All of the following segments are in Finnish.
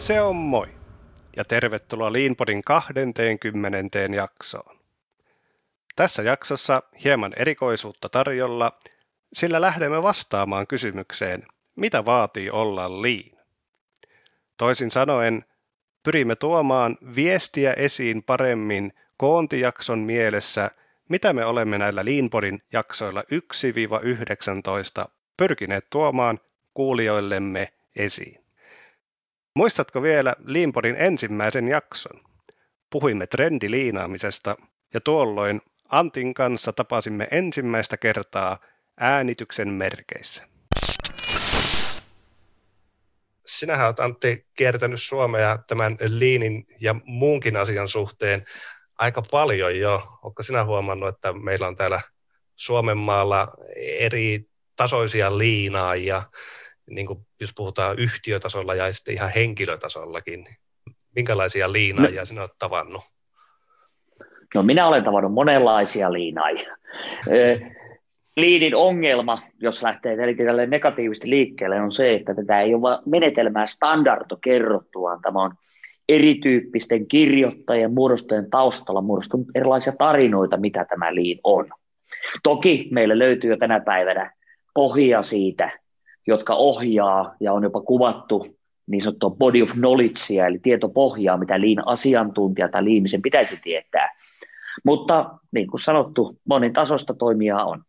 Se on moi ja tervetuloa Leanpodin 20. jaksoon. Tässä jaksossa hieman erikoisuutta tarjolla, sillä lähdemme vastaamaan kysymykseen, mitä vaatii olla lean. Toisin sanoen, pyrimme tuomaan viestiä esiin paremmin koontijakson mielessä, mitä me olemme näillä Leanpodin jaksoilla 1-19 pyrkineet tuomaan kuulijoillemme esiin. Muistatko vielä Leanpodin ensimmäisen jakson? Puhuimme trendiliinaamisesta ja tuolloin Antin kanssa tapasimme ensimmäistä kertaa äänityksen merkeissä. Sinähän olet, Antti, kiertänyt Suomea tämän Leanin ja muunkin asian suhteen aika paljon jo. Oletko sinä huomannut, että meillä on täällä Suomenmaalla eri tasoisia liinaajia, niin kuin jos puhutaan yhtiötasolla ja sitten ihan henkilötasollakin? Minkälaisia liinaajia sinä olet tavannut? No minä olen tavannut monenlaisia liinaajia. Leanin ongelma, jos lähtee tälle negatiivisesti liikkeelle, on se, että tätä ei ole menetelmää standardo kerrottu, vaan tämä on erityyppisten kirjoittajien muodostajien taustalla muodostunut erilaisia tarinoita, mitä tämä Lean on. Toki meillä löytyy jo tänä päivänä pohja siitä, jotka ohjaa ja on jopa kuvattu niin sanottua body of knowledgea, eli tietopohjaa, mitä Lean-asiantuntija tai Lean-ihmisen pitäisi tietää. Mutta niin kuin sanottu, monin tasosta toimijaa on.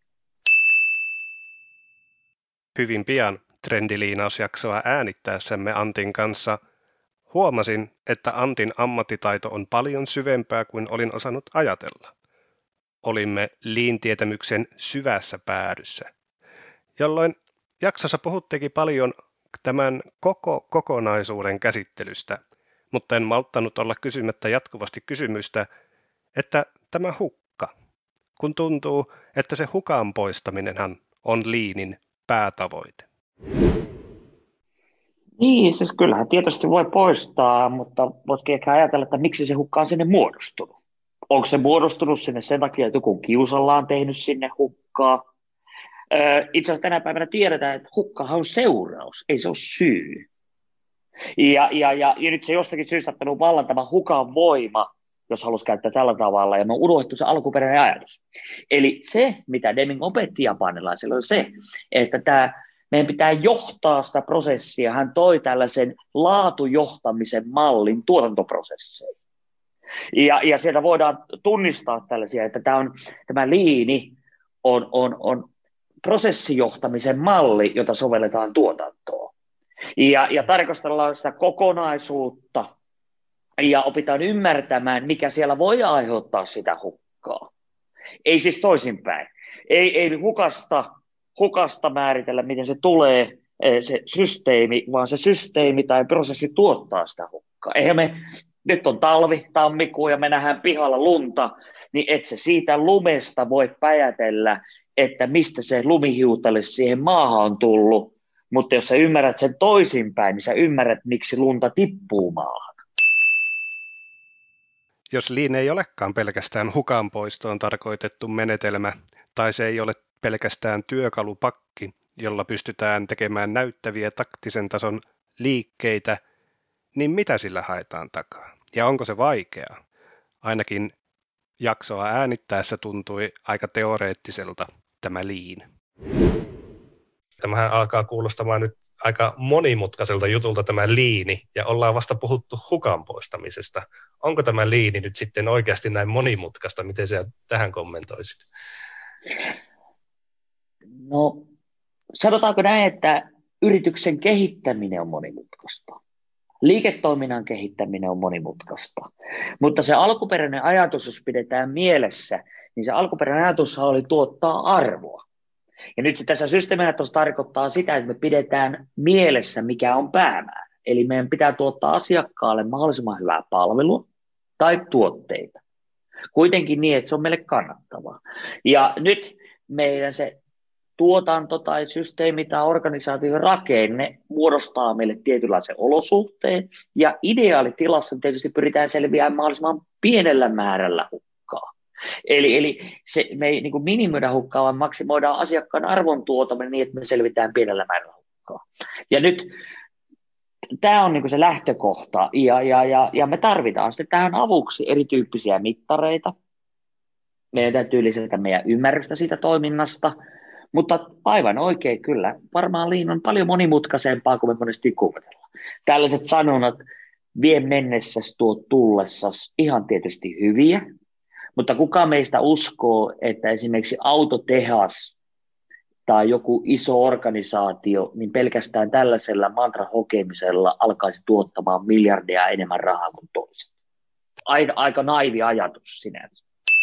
Hyvin pian trendiliinausjaksoa äänittäessämme Antin kanssa huomasin, että Antin ammattitaito on paljon syvempää kuin olin osannut ajatella. Olimme Lean-tietämyksen syvässä päädyssä, jolloin jaksossa puhuttekin paljon tämän koko kokonaisuuden käsittelystä, mutta en malttanut olla kysymättä jatkuvasti kysymystä, että tämä hukka, kun tuntuu, että se hukan poistaminenhan on Leanin päätavoite. Niin, siis kyllähän tietysti voi poistaa, mutta voisikin ehkä ajatella, että miksi se hukka on sinne muodostunut. Onko se muodostunut sinne sen takia, että joku kiusalla on tehnyt sinne hukkaa? Itse asiassa tänä päivänä tiedetään, että hukkahan on seuraus, ei se ole syy. Ja nyt se jostakin syystä ottanut vallan tämä hukan voima, jos haluaisi käyttää tällä tavalla, ja me on unohdettu se alkuperäinen ajatus. Eli se, mitä Deming opetti japanilaisille, on se, että meidän pitää johtaa sitä prosessia. Hän toi tällaisen laatujohtamisen mallin tuotantoprosesseihin. Ja sieltä voidaan tunnistaa tällaisia, että tämä liini on prosessijohtamisen malli, jota sovelletaan tuotantoon. Ja tarkastellaan sitä kokonaisuutta ja opitaan ymmärtämään, mikä siellä voi aiheuttaa sitä hukkaa. Ei siis toisinpäin. Ei hukasta määritellä, miten se tulee se systeemi, vaan se systeemi tai prosessi tuottaa sitä hukkaa. Nyt on talvi, tammikuu ja me nähdään pihalla lunta, niin et se siitä lumesta voi päätellä, että mistä se lumihiutale siihen maahan on tullut, mutta jos sä ymmärrät sen toisinpäin, niin sä ymmärrät, miksi lunta tippuu maahan. Jos Lean ei olekaan pelkästään hukan poistoon tarkoitettu menetelmä, tai se ei ole pelkästään työkalupakki, jolla pystytään tekemään näyttäviä taktisen tason liikkeitä, niin mitä sillä haetaan takaa? Ja onko se vaikeaa? Ainakin jaksoa äänittäessä tuntui aika teoreettiselta tämä Lean. Tämähän alkaa kuulostamaan nyt aika monimutkaiselta jutulta tämä Lean, ja ollaan vasta puhuttu hukan poistamisesta. Onko tämä Lean nyt sitten oikeasti näin monimutkaista? Miten sä tähän kommentoisit? No, sanotaanko näin, että yrityksen kehittäminen on monimutkaista. Liiketoiminnan kehittäminen on monimutkaista, mutta se alkuperäinen ajatus, jos pidetään mielessä, niin se alkuperäinen ajatus oli tuottaa arvoa. Ja nyt tässä systeemiajatus tarkoittaa sitä, että me pidetään mielessä, mikä on päämäärä. Eli meidän pitää tuottaa asiakkaalle mahdollisimman hyvää palvelua tai tuotteita. Kuitenkin niin, että se on meille kannattavaa. Ja nyt meidän se tuotanto tai systeemi tai organisaation rakenne muodostaa meille tietynlaisen olosuhteen, ja ideaalitilassa tietysti pyritään selviämään mahdollisimman pienellä määrällä hukkaa. Eli me ei niin kuin minimoida hukkaa, vaan maksimoidaan asiakkaan arvon tuotaminen niin, että me selvitään pienellä määrällä hukkaa. Ja nyt Tämä on niin se lähtökohta, ja me tarvitaan sitten tähän avuksi erityyppisiä mittareita. Meidän täytyy lisätä meidän ymmärrystä siitä toiminnasta, mutta aivan oikein kyllä, varmaan liin on paljon monimutkaisempaa kuin me monesti kuvitellaan. Tällaiset sanonnat, vie mennessäs tuo tullessas, ihan tietysti hyviä, mutta kuka meistä uskoo, että esimerkiksi autotehas tai joku iso organisaatio, niin pelkästään tällaisella mantran hokemisella alkaisi tuottamaan miljardia enemmän rahaa kuin toiset. Aika naivi ajatus sinänsä.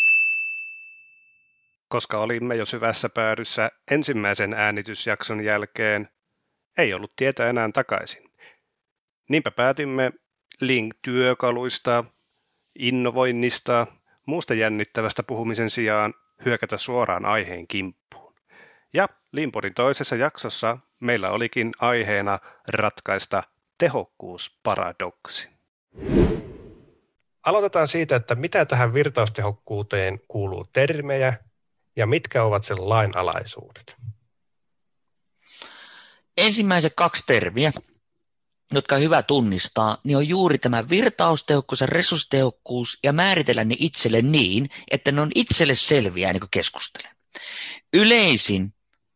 Koska olimme jo syvässä päädyssä ensimmäisen äänitysjakson jälkeen, ei ollut tietä enää takaisin. Niinpä päätimme Link-työkaluista, innovoinnista, muusta jännittävästä puhumisen sijaan hyökätä suoraan aiheen kimppuun. Ja Leanpodin toisessa jaksossa meillä olikin aiheena ratkaista tehokkuusparadoksi. Aloitetaan siitä, että mitä tähän virtaustehokkuuteen kuuluu termejä ja mitkä ovat sen lainalaisuudet. Ensimmäiset 2 termiä, jotka on hyvä tunnistaa, niin on juuri tämä virtaustehokkuus ja resurssitehokkuus ja määritellä ne itselle niin, että ne on itselle selviä niin kuin keskustelee. Yleisin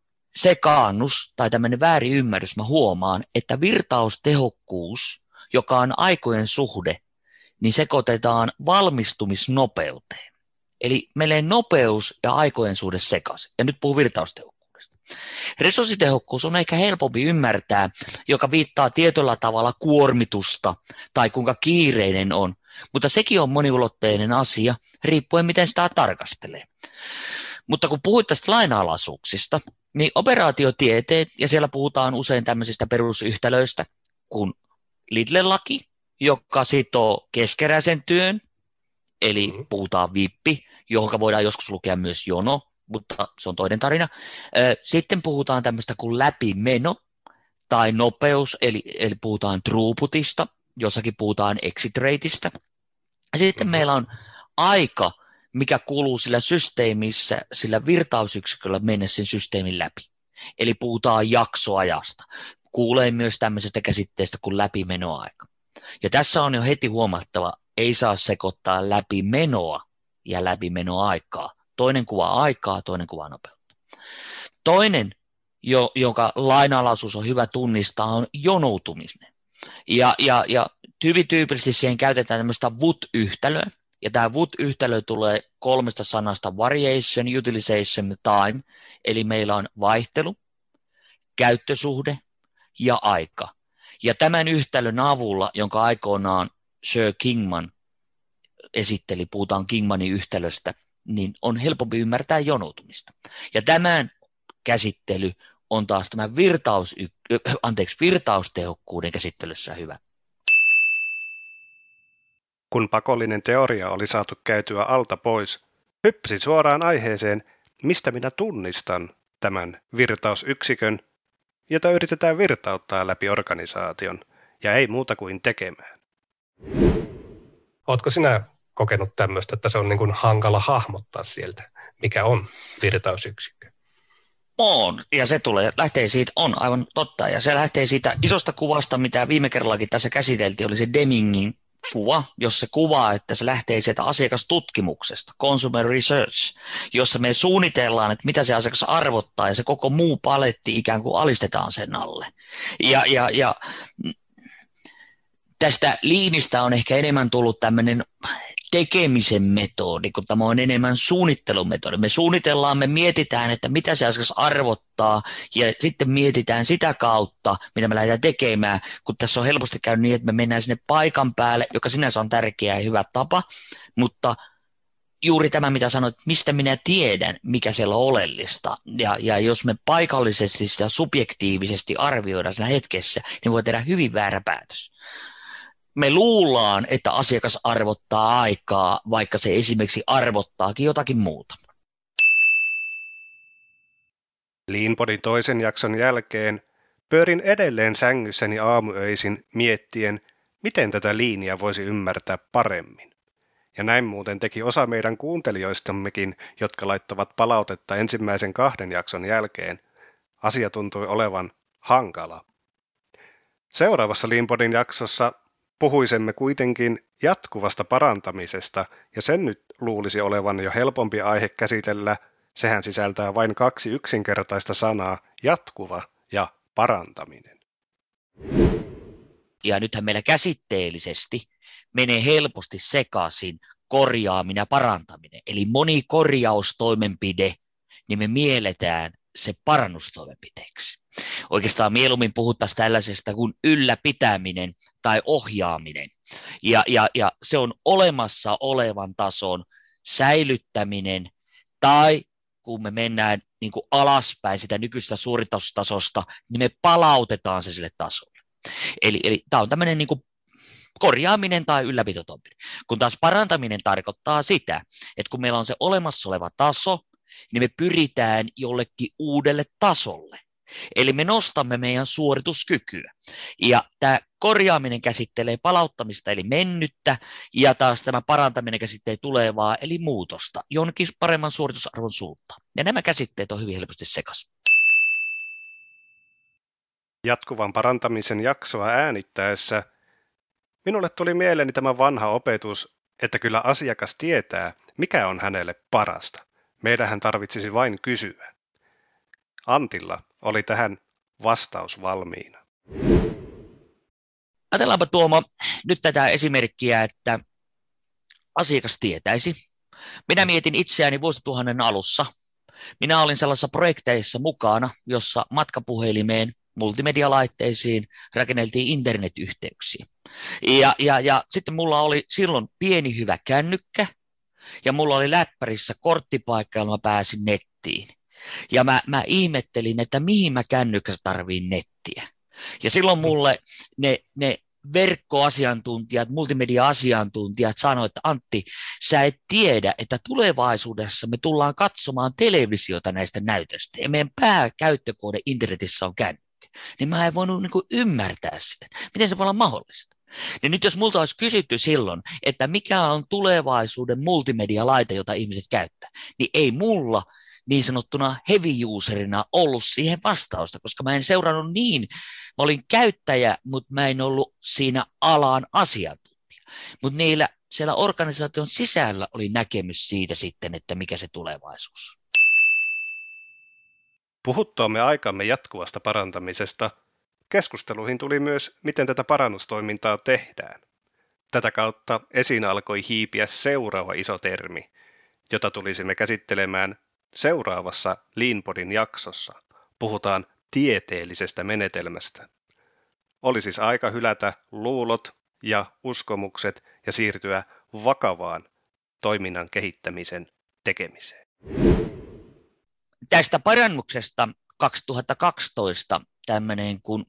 sekaannus tai tämmöinen väärin ymmärrys, mä huomaan, että virtaustehokkuus, joka on aikojen suhde, niin sekoitetaan valmistumisnopeuteen. Eli meillä nopeus ja aikojen suhde sekaisin. Ja nyt puhun virtaustehokkuudesta. Resurssitehokkuus on ehkä helpompi ymmärtää, joka viittaa tietyllä tavalla kuormitusta tai kuinka kiireinen on. Mutta sekin on moniulotteinen asia, riippuen miten sitä tarkastelee. Mutta kun puhuit tästä lainalaisuuksista, niin operaatiotieteet, ja siellä puhutaan usein tämmöisistä perusyhtälöistä kuin Lidle-laki, joka sitoo keskeräisen työn, eli puhutaan vippi, johon voidaan joskus lukea myös jono, mutta se on toinen tarina. Sitten puhutaan tämmöistä kuin läpimeno tai nopeus, eli puhutaan throughputista, jossakin puhutaan exit rateista. Sitten meillä on aika, mikä kuluu sillä systeemissä, sillä virtausyksiköllä mennä sen systeemin läpi. Eli puhutaan jaksoajasta. Kuulee myös tämmöisestä käsitteestä kuin läpimenoaika. Ja tässä on jo heti huomattava, ei saa sekoittaa läpimenoa ja läpimenoaikaa. Toinen kuvaa aikaa, toinen kuvaa nopeutta. Toinen, jonka lainalaisuus on hyvä tunnistaa, on jonoutuminen. Ja hyvin tyypillisesti siihen käytetään tämmöistä WUT-yhtälöä. Ja tämä WUT-yhtälö tulee 3 sanasta variation, utilization, time. Eli meillä on vaihtelu, käyttösuhde ja aika. Ja tämän yhtälön avulla, jonka aikoinaan Sir Kingman esitteli, puhutaan Kingmanin yhtälöstä, niin on helpompi ymmärtää jonoutumista. Ja tämän käsittely on taas tämän virtaustehokkuuden käsittelyssä hyvä. Kun pakollinen teoria oli saatu käytyä alta pois, hyppäsin suoraan aiheeseen, mistä minä tunnistan tämän virtausyksikön, jota yritetään virtauttaa läpi organisaation, ja ei muuta kuin tekemään. Ootko sinä kokenut tämmöistä, että se on niin kuin hankala hahmottaa sieltä, mikä on virtausyksikkö? On, ja se lähtee siitä, on aivan totta, ja se lähtee siitä isosta kuvasta, mitä viime kerrallakin tässä käsiteltiin, oli se Demingin kuva, jos se kuvaa, että se lähtee sieltä asiakastutkimuksesta, consumer research, jossa me suunnitellaan, että mitä se asiakas arvottaa, ja se koko muu paletti ikään kuin alistetaan sen alle. Ja tästä liinistä on ehkä enemmän tullut tämmöinen tekemisen metodi, kun tämä on enemmän suunnittelumetodi. Me suunnitellaan, me mietitään, että mitä se asiakas arvottaa, ja sitten mietitään sitä kautta, mitä me lähdetään tekemään, kun tässä on helposti käynyt niin, että me mennään sinne paikan päälle, joka sinänsä on tärkeä ja hyvä tapa, mutta juuri tämä, mitä sanoit, mistä minä tiedän, mikä siellä on oleellista, ja jos me paikallisesti ja subjektiivisesti arvioidaan siinä hetkessä, niin voi tehdä hyvin väärä päätös. Me luullaan, että asiakas arvottaa aikaa, vaikka se esimerkiksi arvottaakin jotakin muuta. Leanpodin toisen jakson jälkeen pyörin edelleen sängyssäni aamuöisin miettien, miten tätä liinia voisi ymmärtää paremmin. Ja näin muuten teki osa meidän kuuntelijoistammekin, jotka laittavat palautetta ensimmäisen 2 jakson jälkeen. Asia tuntui olevan hankala. Seuraavassa Leanpodin jaksossa puhuisemme kuitenkin jatkuvasta parantamisesta, ja sen nyt luulisi olevan jo helpompi aihe käsitellä. Sehän sisältää vain 2 yksinkertaista sanaa, jatkuva ja parantaminen. Ja nythän meillä käsitteellisesti menee helposti sekaisin korjaaminen ja parantaminen. Eli moni korjaustoimenpide, niin me mielletään se parannustoimenpiteeksi. Oikeastaan mieluummin puhuttaisiin tällaisesta kuin ylläpitäminen tai ohjaaminen. Ja se on olemassa olevan tason säilyttäminen, tai kun me mennään niin kuin alaspäin sitä nykyistä suoritustasosta, niin me palautetaan se sille tasolle. Eli tämä on tämmöinen niin kuin korjaaminen tai ylläpitotoimenpide. Kun taas parantaminen tarkoittaa sitä, että kun meillä on se olemassa oleva taso, niin me pyritään jollekin uudelle tasolle. Eli me nostamme meidän suorituskykyä. Ja tämä korjaaminen käsittelee palauttamista, eli mennyttä, ja taas tämä parantaminen käsittelee tulevaa, eli muutosta, jonkin paremman suoritusarvon suuntaan. Ja nämä käsitteet on hyvin helposti sekaisin. Jatkuvan parantamisen jaksoa äänittäessä minulle tuli mieleeni tämä vanha opetus, että kyllä asiakas tietää, mikä on hänelle parasta. Meidänhän tarvitsisi vain kysyä. Antilla oli tähän vastaus valmiina. Ajatellaanpa Tuomo nyt tätä esimerkkiä, että asiakas tietäisi. Minä mietin itseäni vuosituhannen alussa. Minä olin sellaisissa projekteissa mukana, jossa matkapuhelimeen, multimedialaitteisiin rakenneltiin internetyhteyksiä. Ja sitten mulla oli silloin pieni hyvä kännykkä, ja mulla oli läppärissä korttipaikka, jolla mä pääsin nettiin. Ja mä ihmettelin, että mihin mä kännykässä tarviin nettiä. Ja silloin mulle ne verkkoasiantuntijat, multimedia-asiantuntijat sanoivat, että Antti, sä et tiedä, että tulevaisuudessa me tullaan katsomaan televisiota näistä näytöistä. Ja meidän pääkäyttökone internetissä on kännykkä. Niin mä en voinut ymmärtää sitä. Miten se voi olla mahdollista? Ja nyt jos multa olisi kysytty silloin, että mikä on tulevaisuuden multimedia-laite, jota ihmiset käyttää, niin ei mulla niin sanottuna heavy userina ollut siihen vastausta, koska mä en seurannut mä olin käyttäjä, mutta mä en ollut siinä alan asiantuntija. Mutta niillä siellä organisaation sisällä oli näkemys siitä sitten, että mikä se tulevaisuus. Puhuttuamme aikamme jatkuvasta parantamisesta, keskusteluihin tuli myös, miten tätä parannustoimintaa tehdään. Tätä kautta esiin alkoi hiipiä seuraava iso termi, jota tulisimme käsittelemään seuraavassa Leanpodin jaksossa. Puhutaan tieteellisestä menetelmästä. Oli siis aika hylätä luulot ja uskomukset ja siirtyä vakavaan toiminnan kehittämisen tekemiseen. Tästä parannuksesta 2012 tämmöinen kuin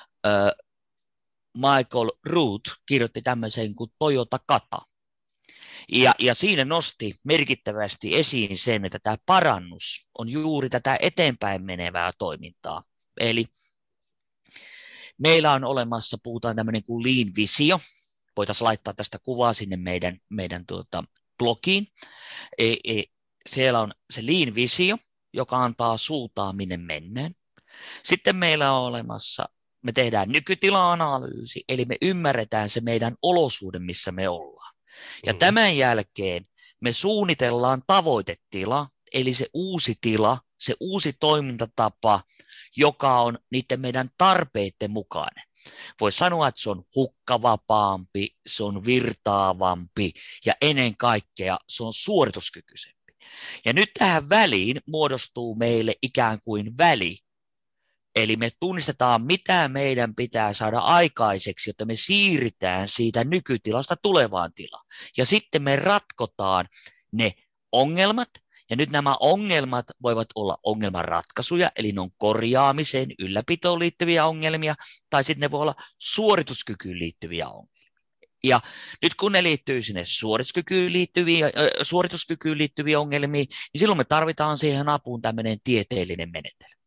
Michael Root kirjoitti tämmöisen kuin Toyota Kata. Ja siinä nosti merkittävästi esiin sen, että tämä parannus on juuri tätä eteenpäin menevää toimintaa. Eli meillä on olemassa, puhutaan tämmöinen kuin Lean Visio. Voitaisiin laittaa tästä kuvaa sinne meidän blogiin. Siellä on se Lean Visio, joka antaa suuntaa, minne mennään. Sitten meillä on olemassa, me tehdään nykytila-analyysi, eli me ymmärretään se meidän olosuhde, missä me ollaan. Ja tämän jälkeen me suunnitellaan tavoitetila, eli se uusi tila, se uusi toimintatapa, joka on niiden meidän tarpeiden mukainen. Voi sanoa, että se on hukkavapaampi, se on virtaavampi ja ennen kaikkea se on suorituskykyisempi. Ja nyt tähän väliin muodostuu meille ikään kuin väli. Eli me tunnistetaan, mitä meidän pitää saada aikaiseksi, jotta me siirrytään siitä nykytilasta tulevaan tilaan. Ja sitten me ratkotaan ne ongelmat, ja nyt nämä ongelmat voivat olla ongelmanratkaisuja, eli ne on korjaamiseen, ylläpitoon liittyviä ongelmia, tai sitten ne voi olla suorituskykyyn liittyviä ongelmia. Ja nyt kun ne liittyy sinne suorituskykyyn liittyviä ongelmia, niin silloin me tarvitaan siihen apuun tämmöinen tieteellinen menetelmä.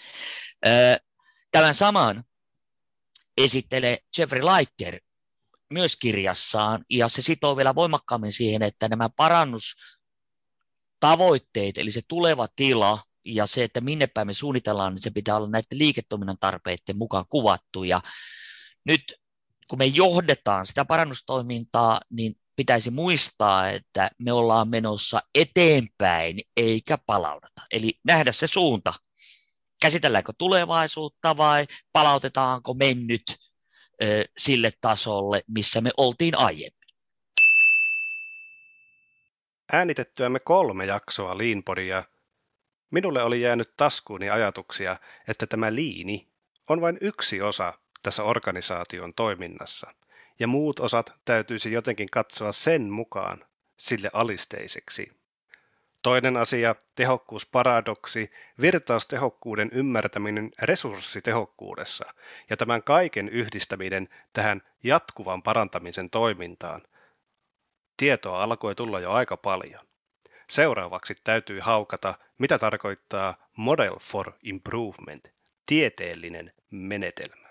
Tämän saman esittelee Jeffrey Lighter myös kirjassaan, ja se sitoo vielä voimakkaammin siihen, että nämä parannustavoitteet, eli se tuleva tila ja se, että minne päin me suunnitellaan, niin se pitää olla näiden liiketoiminnan tarpeiden mukaan kuvattu. Ja Nyt kun me johdetaan sitä parannustoimintaa, niin pitäisi muistaa, että me ollaan menossa eteenpäin eikä palaudata. Eli nähdä se suunta. Käsitelläänkö tulevaisuutta vai palautetaanko mennyt sille tasolle, missä me oltiin aiemmin. Äänitettyämme 3 jaksoa Leanpodia. Minulle oli jäänyt taskuuni ajatuksia, että tämä liini on vain yksi osa tässä organisaation toiminnassa, ja muut osat täytyisi jotenkin katsoa sen mukaan sille alisteiseksi. Toinen asia, tehokkuusparadoksi, virtaustehokkuuden ymmärtäminen resurssitehokkuudessa ja tämän kaiken yhdistäminen tähän jatkuvan parantamisen toimintaan. Tietoa alkoi tulla jo aika paljon. Seuraavaksi täytyy haukata, mitä tarkoittaa Model for Improvement, tieteellinen menetelmä.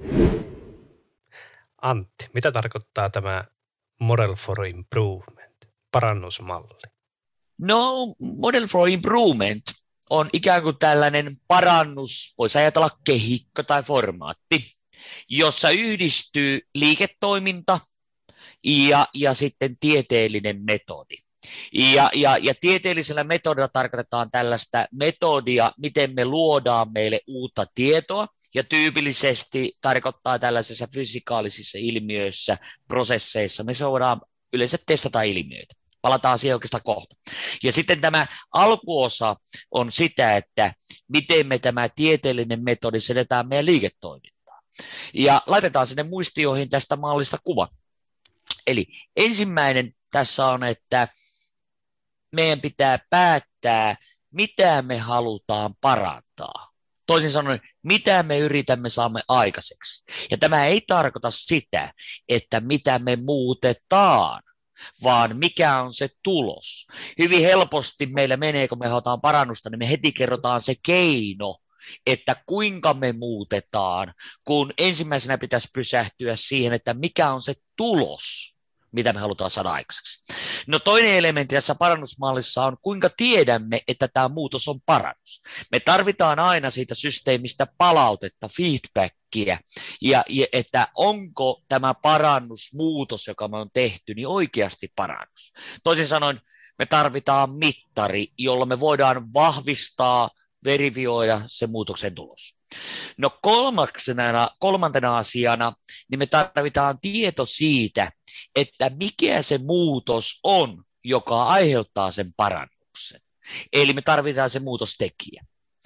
Antti, mitä tarkoittaa tämä Model for Improvement, parannusmalli? No, Model for Improvement on ikään kuin tällainen parannus, voisi ajatella kehikko tai formaatti, jossa yhdistyy liiketoiminta ja sitten tieteellinen metodi. Ja tieteellisellä metodilla tarkoitetaan tällaista metodia, miten me luodaan meille uutta tietoa, ja tyypillisesti tarkoittaa tällaisissa fysikaalisissa ilmiöissä, prosesseissa, me voidaan yleensä testata ilmiöitä. Palataan siihen oikeastaan kohta. Ja sitten tämä alkuosa on sitä, että miten me tämä tieteellinen metodi sedetään meidän liiketoimintaan. Ja laitetaan sinne muistioihin tästä mallista kuva. Eli ensimmäinen tässä on, että meidän pitää päättää, mitä me halutaan parantaa. Toisin sanoen, mitä me yritämme saamme aikaiseksi. Ja tämä ei tarkoita sitä, että mitä me muutetaan, vaan mikä on se tulos. Hyvin helposti meillä menee, kun me halutaan parannusta, niin me heti kerrotaan se keino, että kuinka me muutetaan, kun ensimmäisenä pitäisi pysähtyä siihen, että mikä on se tulos, mitä me halutaan saada aikaiseksi. No toinen elementti tässä parannusmallissa on, kuinka tiedämme, että tämä muutos on parannus. Me tarvitaan aina siitä systeemistä palautetta, feedbackia, ja että onko tämä parannusmuutos, joka me on tehty, niin oikeasti parannus. Toisin sanoen me tarvitaan mittari, jolla me voidaan vahvistaa, verifioida se muutoksen tulos. No kolmantena asiana, niin me tarvitaan tieto siitä, että mikä se muutos on, joka aiheuttaa sen parannuksen. Eli me tarvitaan se muutostekijä.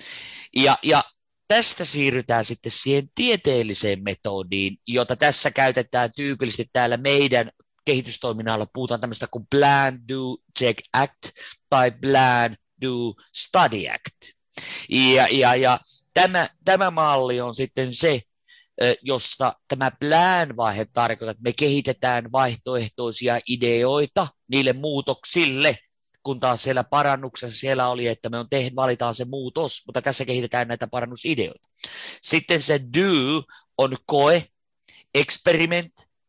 Ja tästä siirrytään sitten siihen tieteelliseen metodiin, jota tässä käytetään tyypillisesti täällä meidän kehitystoiminnalla. Puhutaan tämmöistä kuin Plan, Do, Check, Act tai Plan, Do, Study, Act. Ja tämä malli on sitten se, jossa tämä plan-vaihe tarkoittaa, että me kehitetään vaihtoehtoisia ideoita niille muutoksille, kun taas siellä parannuksessa siellä oli, että me valitaan se muutos, mutta tässä kehitetään näitä parannusideoita. Sitten se do on koe, experiment,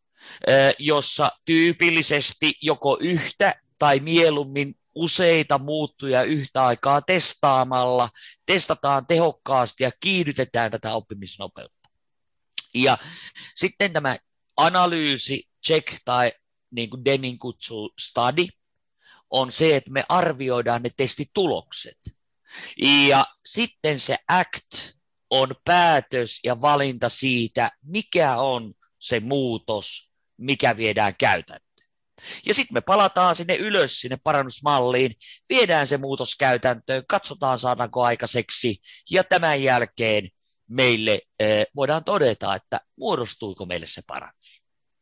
jossa tyypillisesti joko yhtä tai mieluummin useita muuttuja yhtä aikaa testaamalla, testataan tehokkaasti ja kiihdytetään tätä oppimisnopeutta. Ja sitten tämä analyysi, check tai niin kuin Deming kutsuu study, on se, että me arvioidaan ne testitulokset. Ja sitten se act on päätös ja valinta siitä, mikä on se muutos, mikä viedään käytäntöön. Ja sitten me palataan sinne ylös, sinne parannusmalliin, viedään se muutos käytäntöön, katsotaan saadaanko aikaiseksi, ja tämän jälkeen meille voidaan todeta, että muodostuiko meille se parannus.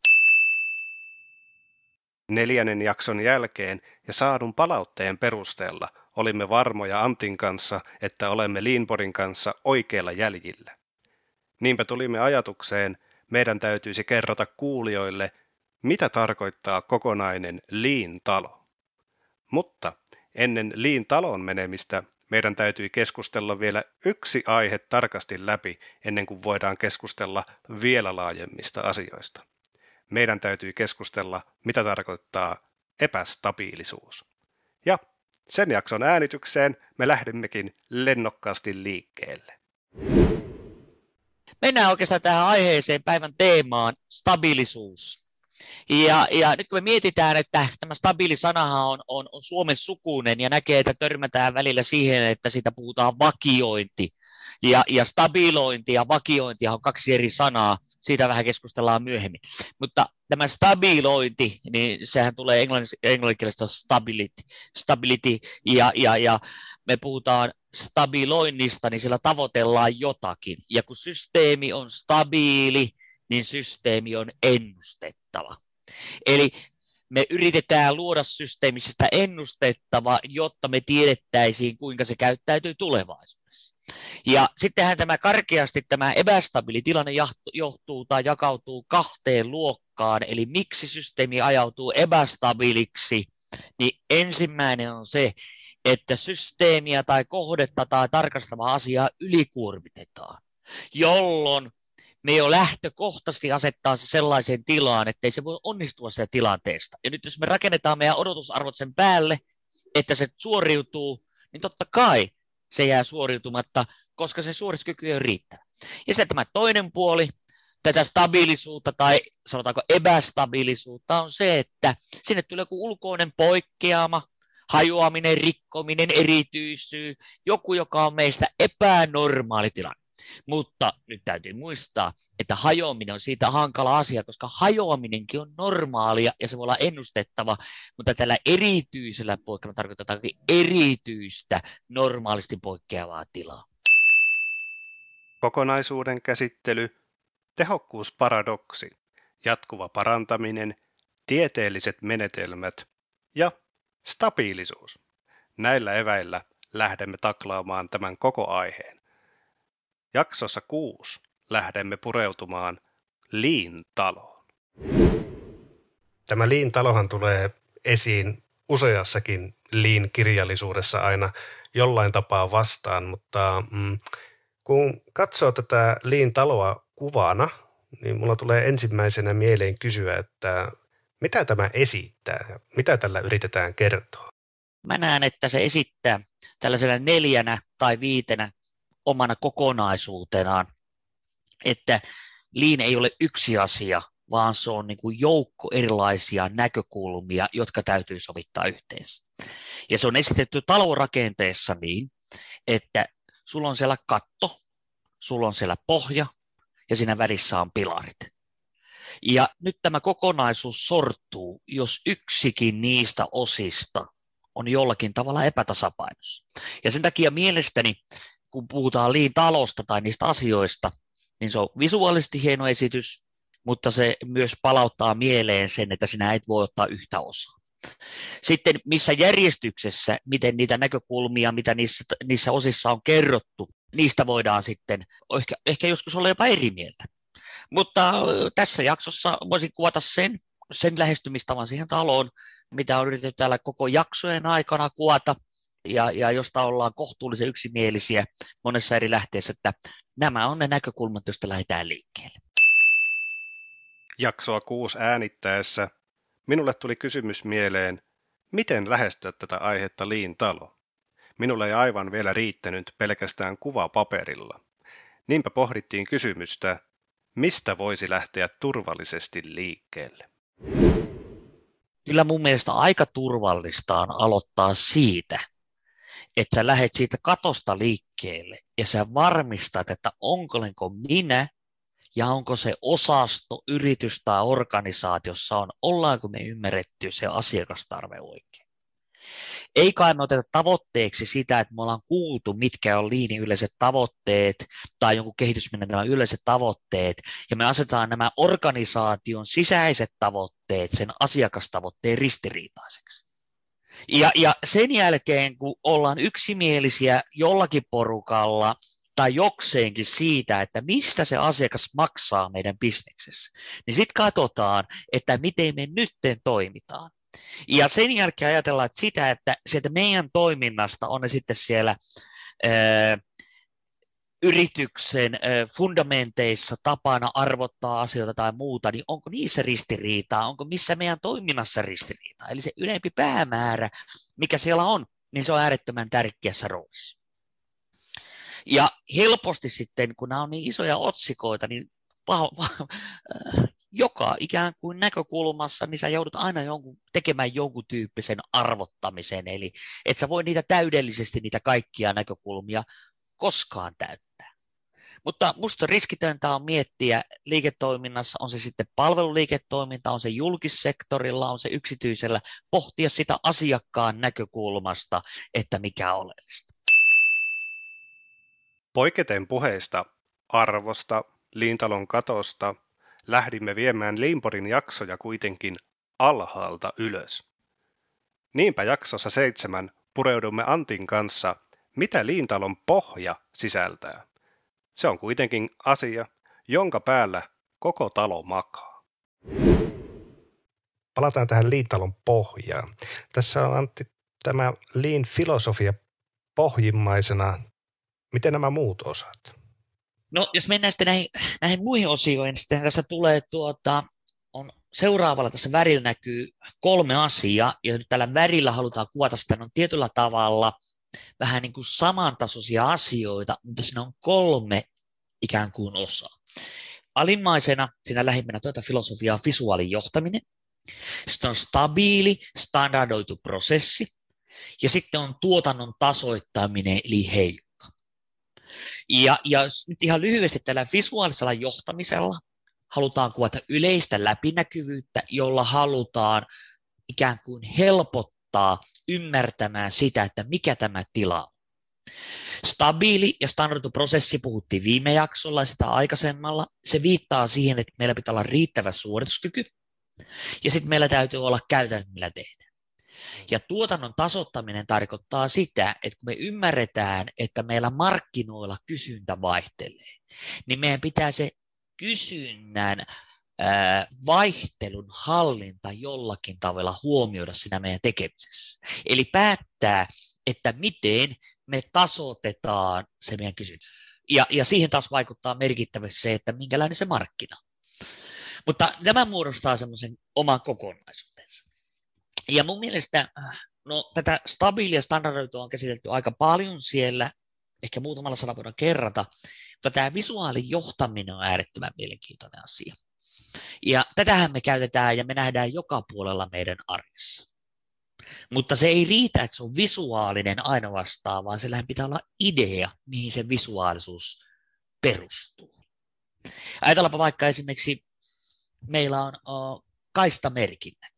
4. jakson jälkeen ja saadun palautteen perusteella olimme varmoja Antin kanssa, että olemme Leanpodin kanssa oikeilla jäljillä. Niinpä tulimme ajatukseen, meidän täytyisi kerrota kuulijoille, mitä tarkoittaa kokonainen Lean-talo. Mutta ennen Lean-talon menemistä meidän täytyy keskustella vielä yksi aihe tarkasti läpi ennen kuin voidaan keskustella vielä laajemmista asioista. Meidän täytyy keskustella, mitä tarkoittaa epästabiilisuus. Ja sen jakson äänitykseen me lähdemmekin lennokkaasti liikkeelle. Mennään oikeastaan tähän aiheeseen, päivän teemaan, stabiilisuus. Ja nyt kun me mietitään, että tämä stabiilisanahan on suomen sukuinen ja näkee, että törmätään välillä siihen, että siitä puhutaan vakiointi. Ja stabilointi ja vakiointi on kaksi eri sanaa, siitä vähän keskustellaan myöhemmin. Mutta tämä stabilointi, niin sehän tulee englanninkielestä stability ja me puhutaan stabiloinnista, niin sillä tavoitellaan jotakin. Ja kun systeemi on stabiili, niin systeemi on ennustettava. Eli me yritetään luoda systeemistä ennustettava, jotta me tiedettäisiin, kuinka se käyttäytyy tulevaisuudessa. Ja sittenhän tämä epästabiili tilanne johtuu tai jakautuu kahteen luokkaan, eli miksi systeemi ajautuu epästabiiliksi, niin ensimmäinen on se, että systeemiä tai kohdetta tai tarkastavaa asiaa ylikuormitetaan, jolloin me jo lähtökohtaisesti asettaa se sellaiseen tilaan, että ei se voi onnistua siitä tilanteesta. Ja nyt jos me rakennetaan meidän odotusarvot sen päälle, että se suoriutuu, niin totta kai se jää suoriutumatta, koska se suorituskyky ei ole riittävä. Ja sitten tämä toinen puoli, tätä stabiilisuutta tai sanotaanko epästabiilisuutta on se, että sinne tulee joku ulkoinen poikkeama, hajoaminen, rikkominen, erityisyys, joku, joka on meistä epänormaali tilanne. Mutta nyt täytyy muistaa, että hajoaminen on siitä hankala asia, koska hajoaminenkin on normaalia ja se voi olla ennustettava, mutta tällä erityisellä poikkeamalla tarkoitetaan erityistä normaalisti poikkeavaa tilaa. Kokonaisuuden käsittely, tehokkuusparadoksi, jatkuva parantaminen, tieteelliset menetelmät ja stabiilisuus. Näillä eväillä lähdemme taklaamaan tämän koko aiheen. Jaksossa 6 lähdemme pureutumaan Lean-taloon. Tämä Lean-talohan tulee esiin useassakin Lean-kirjallisuudessa aina jollain tapaa vastaan, mutta kun katsoo tätä Lean-taloa kuvana, niin mulla tulee ensimmäisenä mieleen kysyä, että mitä tämä esittää ja mitä tällä yritetään kertoa? Mä näen, että se esittää tällaisena 4 tai 5 omana kokonaisuutenaan, että Lean ei ole yksi asia, vaan se on niin kuin joukko erilaisia näkökulmia, jotka täytyy sovittaa yhteensä. Ja se on esitetty talorakenteessa niin, että sulla on siellä katto, sulla on siellä pohja ja siinä välissä on pilarit. Ja nyt tämä kokonaisuus sortuu, jos yksikin niistä osista on jollakin tavalla epätasapainossa. Ja sen takia mielestäni, kun puhutaan Lean-talosta tai niistä asioista, niin se on visuaalisesti hieno esitys, mutta se myös palauttaa mieleen sen, että sinä et voi ottaa yhtä osaa. Sitten missä järjestyksessä, miten niitä näkökulmia, mitä niissä osissa on kerrottu, niistä voidaan sitten ehkä joskus olla jopa eri mieltä. Mutta tässä jaksossa voisin kuvata sen lähestymistavan siihen taloon, mitä on yritetty täällä koko jaksojen aikana kuvata, ja josta ollaan kohtuullisen yksimielisiä monessa eri lähteessä, että nämä on ne näkökulmat, joista lähdetään liikkeelle. Jaksoa 6 äänittäessä minulle tuli kysymys mieleen, miten lähestyä tätä aihetta Lean-talo. Minulle ei aivan vielä riittänyt pelkästään kuva paperilla. Niinpä pohdittiin kysymystä, mistä voisi lähteä turvallisesti liikkeelle. Kyllä mun mielestä aika turvallista on aloittaa siitä, että sä lähdet siitä katosta liikkeelle ja sä varmistat, että olenko minä ja onko se osasto, yritys tai organisaatiossa ollaanko me ymmärretty se asiakastarve oikein. Ei kai me oteta tavoitteeksi sitä, että me ollaan kuultu, mitkä on Leanin yleiset tavoitteet tai jonkun kehitysmenetelmän yleiset tavoitteet, ja me asetetaan nämä organisaation sisäiset tavoitteet sen asiakastavoitteen ristiriitaiseksi. Ja sen jälkeen, kun ollaan yksimielisiä jollakin porukalla tai jokseenkin siitä, että mistä se asiakas maksaa meidän bisneksessä, niin sitten katsotaan, että miten me nytten toimitaan. Ja sen jälkeen ajatellaan että sitä, että sieltä meidän toiminnasta on ne sitten siellä yrityksen fundamenteissa tapana arvottaa asioita tai muuta, niin onko niissä ristiriitaa, onko missä meidän toiminnassa ristiriitaa. Eli se ylempi päämäärä, mikä siellä on, niin se on äärettömän tärkeässä roolissa. Ja helposti sitten, kun nämä on niin isoja otsikoita, niin joka ikään kuin näkökulmassa, niin sä joudut aina tekemään jonkun tyyppisen arvottamisen, eli et sä voi niitä täydellisesti, niitä kaikkia näkökulmia koskaan täyttää. Mutta musta riskitöntä on miettiä liiketoiminnassa, on se sitten palveluliiketoiminta, on se julkissektorilla, on se yksityisellä, pohtia sitä asiakkaan näkökulmasta, että mikä on oleellista. Poiketen puheista arvosta, Liintalon katosta, lähdimme viemään Leanporin jaksoja kuitenkin alhaalta ylös. Niinpä jaksossa 7 pureudumme Antin kanssa, mitä Liintalon pohja sisältää. Se on kuitenkin asia, jonka päällä koko talo makaa. Palataan tähän Liintalon pohjaan. Tässä on, Antti, tämä Lean-filosofia pohjimmaisena. Miten nämä muut osat? No, jos mennään sitten näihin muihin osioihin, niin sitten tässä tulee on seuraavalla tässä värillä näkyy 3 asiaa, ja nyt tällä värillä halutaan kuvata sitä, on tietyllä tavalla vähän niin kuin samantasoisia asioita, mutta siinä on 3 ikään kuin osaa. Alimmaisena siinä lähimpänä filosofiaa on visuaalijohtaminen, sitten on stabiili, standardoitu prosessi, ja sitten on tuotannon tasoittaminen, eli heijukka. Ja nyt ihan lyhyesti tällä visuaalisella johtamisella halutaan kuvata yleistä läpinäkyvyyttä, jolla halutaan ikään kuin helpottaa ymmärtämään sitä, että mikä tämä tila on. Stabiili ja standardoitu prosessi puhuttiin viime jaksolla ja sitä aikaisemmalla. Se viittaa siihen, että meillä pitää olla riittävä suorituskyky ja sitten meillä täytyy olla käytännöt, millä tehdään. Ja tuotannon tasoittaminen tarkoittaa sitä, että kun me ymmärretään, että meillä markkinoilla kysyntä vaihtelee, niin meidän pitää se kysynnän vaihtelun hallinta jollakin tavalla huomioida siinä meidän tekemisessä. Eli päättää, että miten me tasoitetaan se meidän kysyntä. Ja siihen taas vaikuttaa merkittävästi se, että minkälainen se markkina. Mutta nämä muodostaa semmoisen oman kokonaisuutensa. Ja mun mielestä tätä stabiilia standardoitua on käsitelty aika paljon siellä, ehkä muutamalla sanalla voidaan kerrata, mutta tämä visuaalijohtaminen on äärettömän mielenkiintoinen asia. Ja tätähän me käytetään ja me nähdään joka puolella meidän arjessa. Mutta se ei riitä, että se on visuaalinen ainoastaan, vaan sillähän pitää olla idea, mihin se visuaalisuus perustuu. Ajatellaanpa vaikka esimerkiksi, meillä on kaistamerkinnät.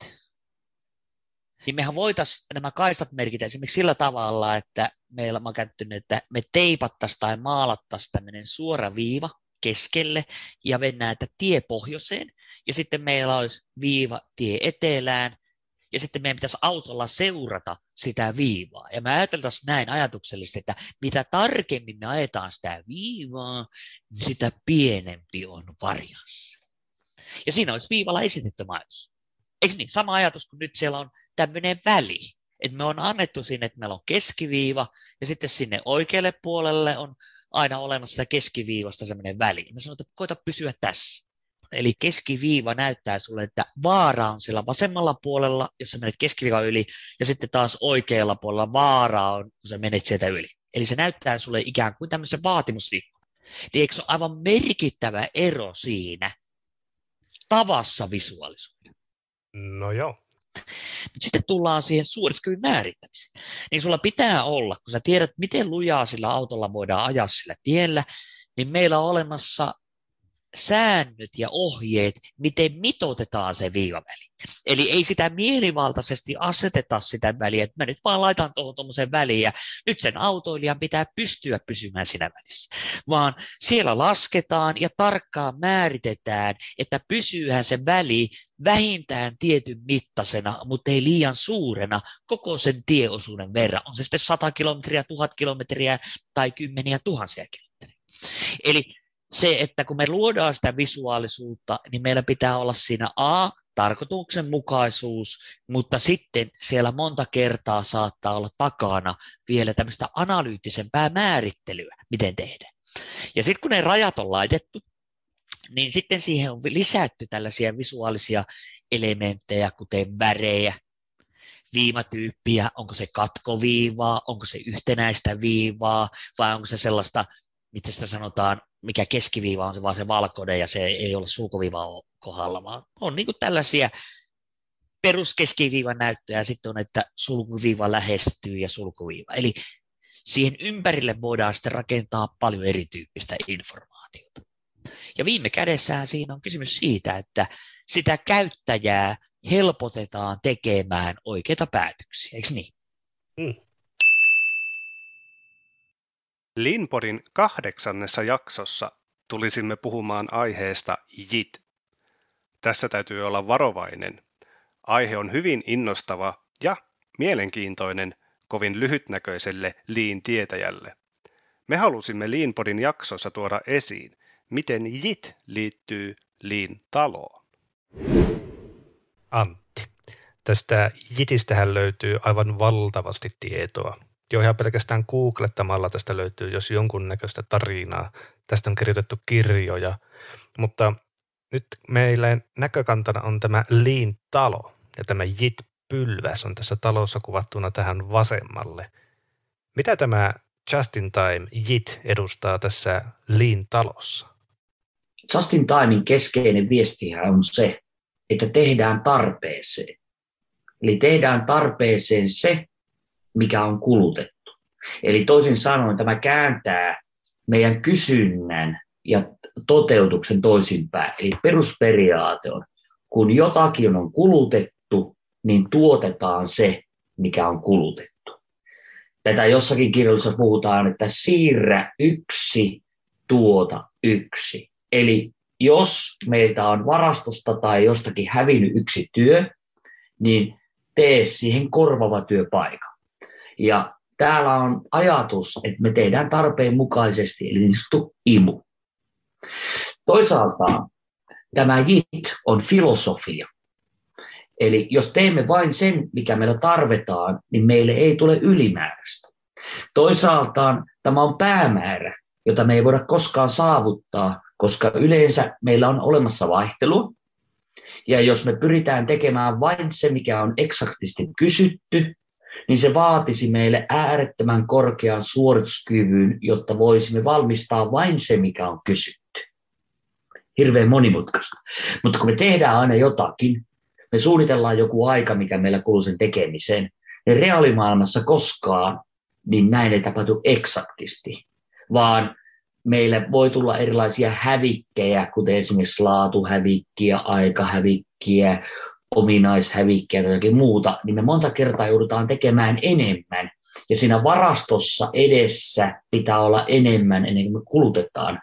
Niin mehän voitaisiin nämä kaistat merkitä esimerkiksi sillä tavalla, että meillä on käyttänyt, että me teipattaisiin tai maalattaisiin tämmöinen suora viiva keskelle ja mennään että tie pohjoiseen ja sitten meillä olisi viiva tie etelään ja sitten meidän pitäisi autolla seurata sitä viivaa. Ja me ajateltaisiin näin ajatuksellisesti, että mitä tarkemmin me ajetaan sitä viivaa, niin sitä pienempi on varianssi. Ja siinä olisi viivalla esitetty ajatus. Eikö niin? Sama ajatus kuin nyt siellä on tämmöinen väli. Että me on annettu sinne, että meillä on keskiviiva ja sitten sinne oikealle puolelle on aina olemassa sitä keskiviivasta semmoinen väli. Me sanotaan, että koita pysyä tässä. Eli keskiviiva näyttää sulle, että vaara on siellä vasemmalla puolella, jos sä menet keskiviivan yli, ja sitten taas oikealla puolella vaara on, kun sä menet sieltä yli. Eli se näyttää sulle ikään kuin tämmöisen vaatimusliikkuvan. Niin eikö se ole aivan merkittävä ero siinä tavassa visuaalisuuden? No joo. Mutta sitten tullaan siihen suorituskyvyn määrittämiseen. Niin sulla pitää olla, kun sä tiedät, miten lujaa sillä autolla voidaan ajaa sillä tiellä, niin meillä on olemassa säännöt ja ohjeet, miten mitoitetaan se viivaväli. Eli ei sitä mielivaltaisesti aseteta sitä väliä, että mä nyt vaan laitan tuohon väliin ja nyt sen autoilijan pitää pystyä pysymään siinä välissä. Vaan siellä lasketaan ja tarkkaan määritetään, että pysyyhän se väli vähintään tietyn mittaisena, mutta ei liian suurena koko sen tieosuuden verran. On se sitten 100 kilometriä, 1000 kilometriä tai kymmeniä tuhansia kilometriä. Eli se, että kun me luodaan sitä visuaalisuutta, niin meillä pitää olla siinä tarkoituksenmukaisuus, mutta sitten siellä monta kertaa saattaa olla takana vielä tämmöistä analyyttisempää määrittelyä, miten tehdään. Ja sitten kun ne rajat on laitettu, niin sitten siihen on lisätty tällaisia visuaalisia elementtejä, kuten värejä, viivatyyppiä, onko se katkoviivaa, onko se yhtenäistä viivaa, vai onko se sellaista, mitä sitä sanotaan, mikä keskiviiva on se vaan se valkoinen ja se ei ole sulkuviiva kohdalla, vaan on niin kuin tällaisia peruskeskiviivan näyttöjä ja sitten on, että sulkuviiva lähestyy ja sulkuviiva. Eli siihen ympärille voidaan sitten rakentaa paljon erityyppistä informaatiota. Ja viime kädessään siinä on kysymys siitä, että sitä käyttäjää helpotetaan tekemään oikeita päätöksiä, eikö niin? Leanpodin 8. jaksossa tulisimme puhumaan aiheesta JIT. Tässä täytyy olla varovainen. Aihe on hyvin innostava ja mielenkiintoinen kovin lyhytnäköiselle Lean-tietäjälle. Me halusimme Leanpodin jaksossa tuoda esiin, miten JIT liittyy Lean-taloon. Antti, tästä JITistähän löytyy aivan valtavasti tietoa. Jo ihan pelkästään googlettamalla tästä löytyy jos jonkunnäköistä tarinaa. Tästä on kirjoitettu kirjoja, mutta nyt meillä näkökantana on tämä Lean-talo ja tämä JIT-pylväs on tässä talossa kuvattuna tähän vasemmalle. Mitä tämä Just in Time JIT edustaa tässä Lean-talossa? Just in Timein keskeinen viestihän on se, että tehdään tarpeeseen. Eli tehdään tarpeeseen se, mikä on kulutettu. Eli toisin sanoen tämä kääntää meidän kysynnän ja toteutuksen toisinpäin. Eli perusperiaate on, kun jotakin on kulutettu, niin tuotetaan se, mikä on kulutettu. Tätä jossakin kirjallisessa puhutaan, että siirrä yksi, tuota yksi. Eli jos meiltä on varastosta tai jostakin hävinnyt yksi työ, niin tee siihen korvaava työpaikka. Ja täällä on ajatus, että me tehdään tarpeen mukaisesti, eli niin sanottu IMU. Toisaalta tämä JIT on filosofia. Eli jos teemme vain sen, mikä meillä tarvitaan, niin meille ei tule ylimääräistä. Toisaalta tämä on päämäärä, jota me ei voida koskaan saavuttaa, koska yleensä meillä on olemassa vaihtelua. Ja jos me pyritään tekemään vain se, mikä on eksaktisti kysytty, niin se vaatisi meille äärettömän korkean suorituskyvyn, jotta voisimme valmistaa vain se, mikä on kysytty. Hirveän monimutkaista. Mutta kun me tehdään aina jotakin, me suunnitellaan joku aika, mikä meillä kuluu sen tekemiseen, niin reaalimaailmassa koskaan niin näin ei tapahdu eksaktisti, vaan meillä voi tulla erilaisia hävikkejä, kuten esimerkiksi laatuhävikkiä, aikahävikkiä, ominaishävikkiä tai jotakin muuta, niin me monta kertaa joudutaan tekemään enemmän. Ja siinä varastossa edessä pitää olla enemmän ennen kuin me kulutetaan,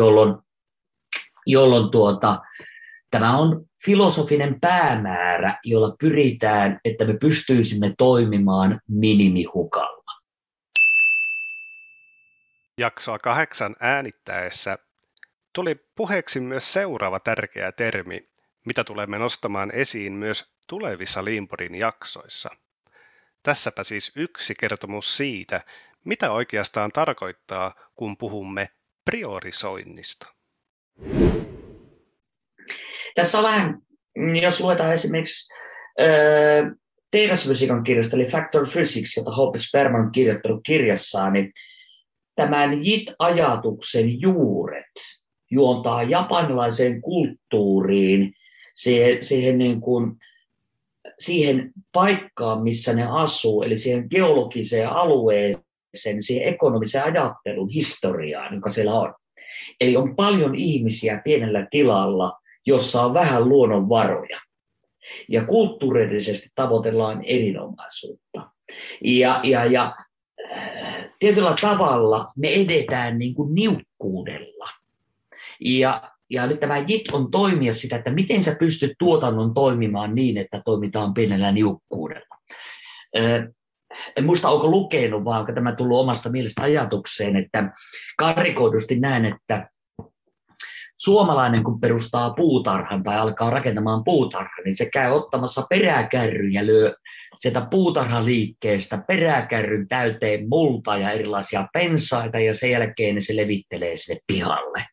jolloin tämä on filosofinen päämäärä, jolla pyritään, että me pystyisimme toimimaan minimihukalla. Jaksoa 8 äänittäessä tuli puheeksi myös seuraava tärkeä termi, mitä tulemme nostamaan esiin myös tulevissa Leanpodin jaksoissa. Tässäpä siis yksi kertomus siitä, mitä oikeastaan tarkoittaa, kun puhumme priorisoinnista. Tässä on vähän, jos luetaan esimerkiksi tehdasfysiikan kirjasta, eli Factor Physics, jota Hoppe Sperman on kirjoittanut kirjassaan, niin tämän JIT-ajatuksen juuret juontaa japanilaiseen kulttuuriin, siihen paikkaan, missä ne asuu, eli siihen geologiseen alueeseen, siihen ekonomiseen ajattelun historiaan, joka siellä on. Eli on paljon ihmisiä pienellä tilalla, jossa on vähän luonnonvaroja. Ja kulttuurillisesti tavoitellaan erinomaisuutta. Ja tietyllä tavalla me edetään niin kuin niukkuudella. Ja nyt tämä JIT on toimia sitä, että miten sä pystyt tuotannon toimimaan niin, että toimitaan pienellä niukkuudella. En muista, onko lukenut, vaan onko tämä tullut omasta mielestä ajatukseen, että karikoidusti näen, että suomalainen kun perustaa puutarhan tai alkaa rakentamaan puutarhan, niin se käy ottamassa peräkärryn ja lyö sieltä puutarhaliikkeestä peräkärryn täyteen multaa ja erilaisia pensaita ja sen jälkeen se levittelee sinne pihalle.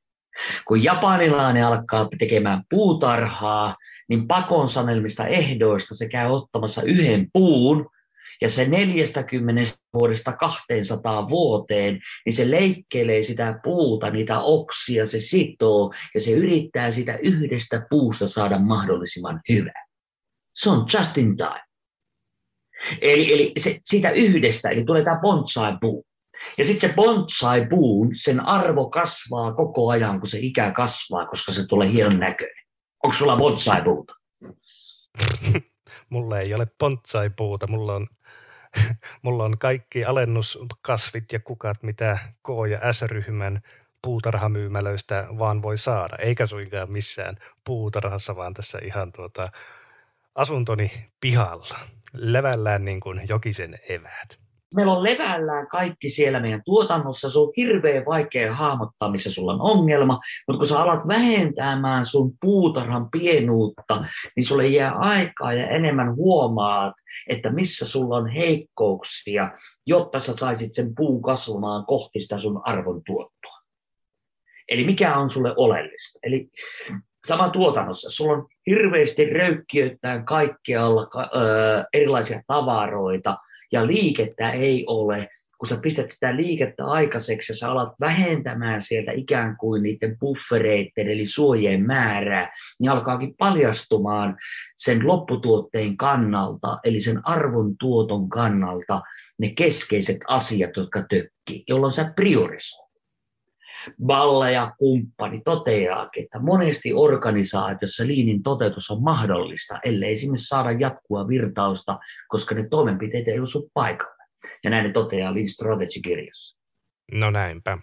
Kun japanilainen alkaa tekemään puutarhaa, niin pakon sanelmista ehdoista se käy ottamassa yhden puun, ja se 40 vuodesta 200 vuoteen, niin se leikkeilee sitä puuta, niitä oksia, se sitoo, ja se yrittää sitä yhdestä puusta saada mahdollisimman hyvää. Se on just in time. Eli siitä yhdestä, eli tulee tämä bonsai-puu. Ja sitten se bonsai-puun, sen arvo kasvaa koko ajan, kun se ikä kasvaa, koska se tulee hienon näköinen. Onko sulla bonsai-puuta? Mulla ei ole bonsai-puuta, mulla on kaikki alennuskasvit ja kukat, mitä K- ja S-ryhmän puutarhamyymälöistä vaan voi saada. Eikä suinkaan missään puutarhassa, vaan tässä ihan asuntoni pihalla. Levällään niin kuin Jokisen eväät. Meillä on levällään kaikki siellä meidän tuotannossa. Se on hirveän vaikea hahmottaa, missä sulla on ongelma. Mutta kun sä alat vähentämään sun puutarhan pienuutta, niin sulle jää aikaa ja enemmän huomaat, että missä sulla on heikkouksia, jotta sä saisit sen puun kasvamaan kohti sitä sun arvon tuottoa. Eli mikä on sulle oleellista? Eli sama tuotannossa. Sulla on hirveästi röykkiöittäin kaikkialla erilaisia tavaroita, ja liikettä ei ole. Kun sä pistät sitä liikettä aikaiseksi ja sä alat vähentämään sieltä ikään kuin niiden buffereiden eli suojien määrää, niin alkaakin paljastumaan sen lopputuotteen kannalta, eli sen arvon tuoton kannalta ne keskeiset asiat, jotka tökkii, jolloin sä priorisoit. Balle ja kumppani toteaakin, että monesti organisaatiossa liinin toteutus on mahdollista, ellei sinne saada jatkua virtausta, koska ne toimenpiteet ei osu paikalle. Ja näin ne toteaa Lean Strategy-kirjassa. No näinpä.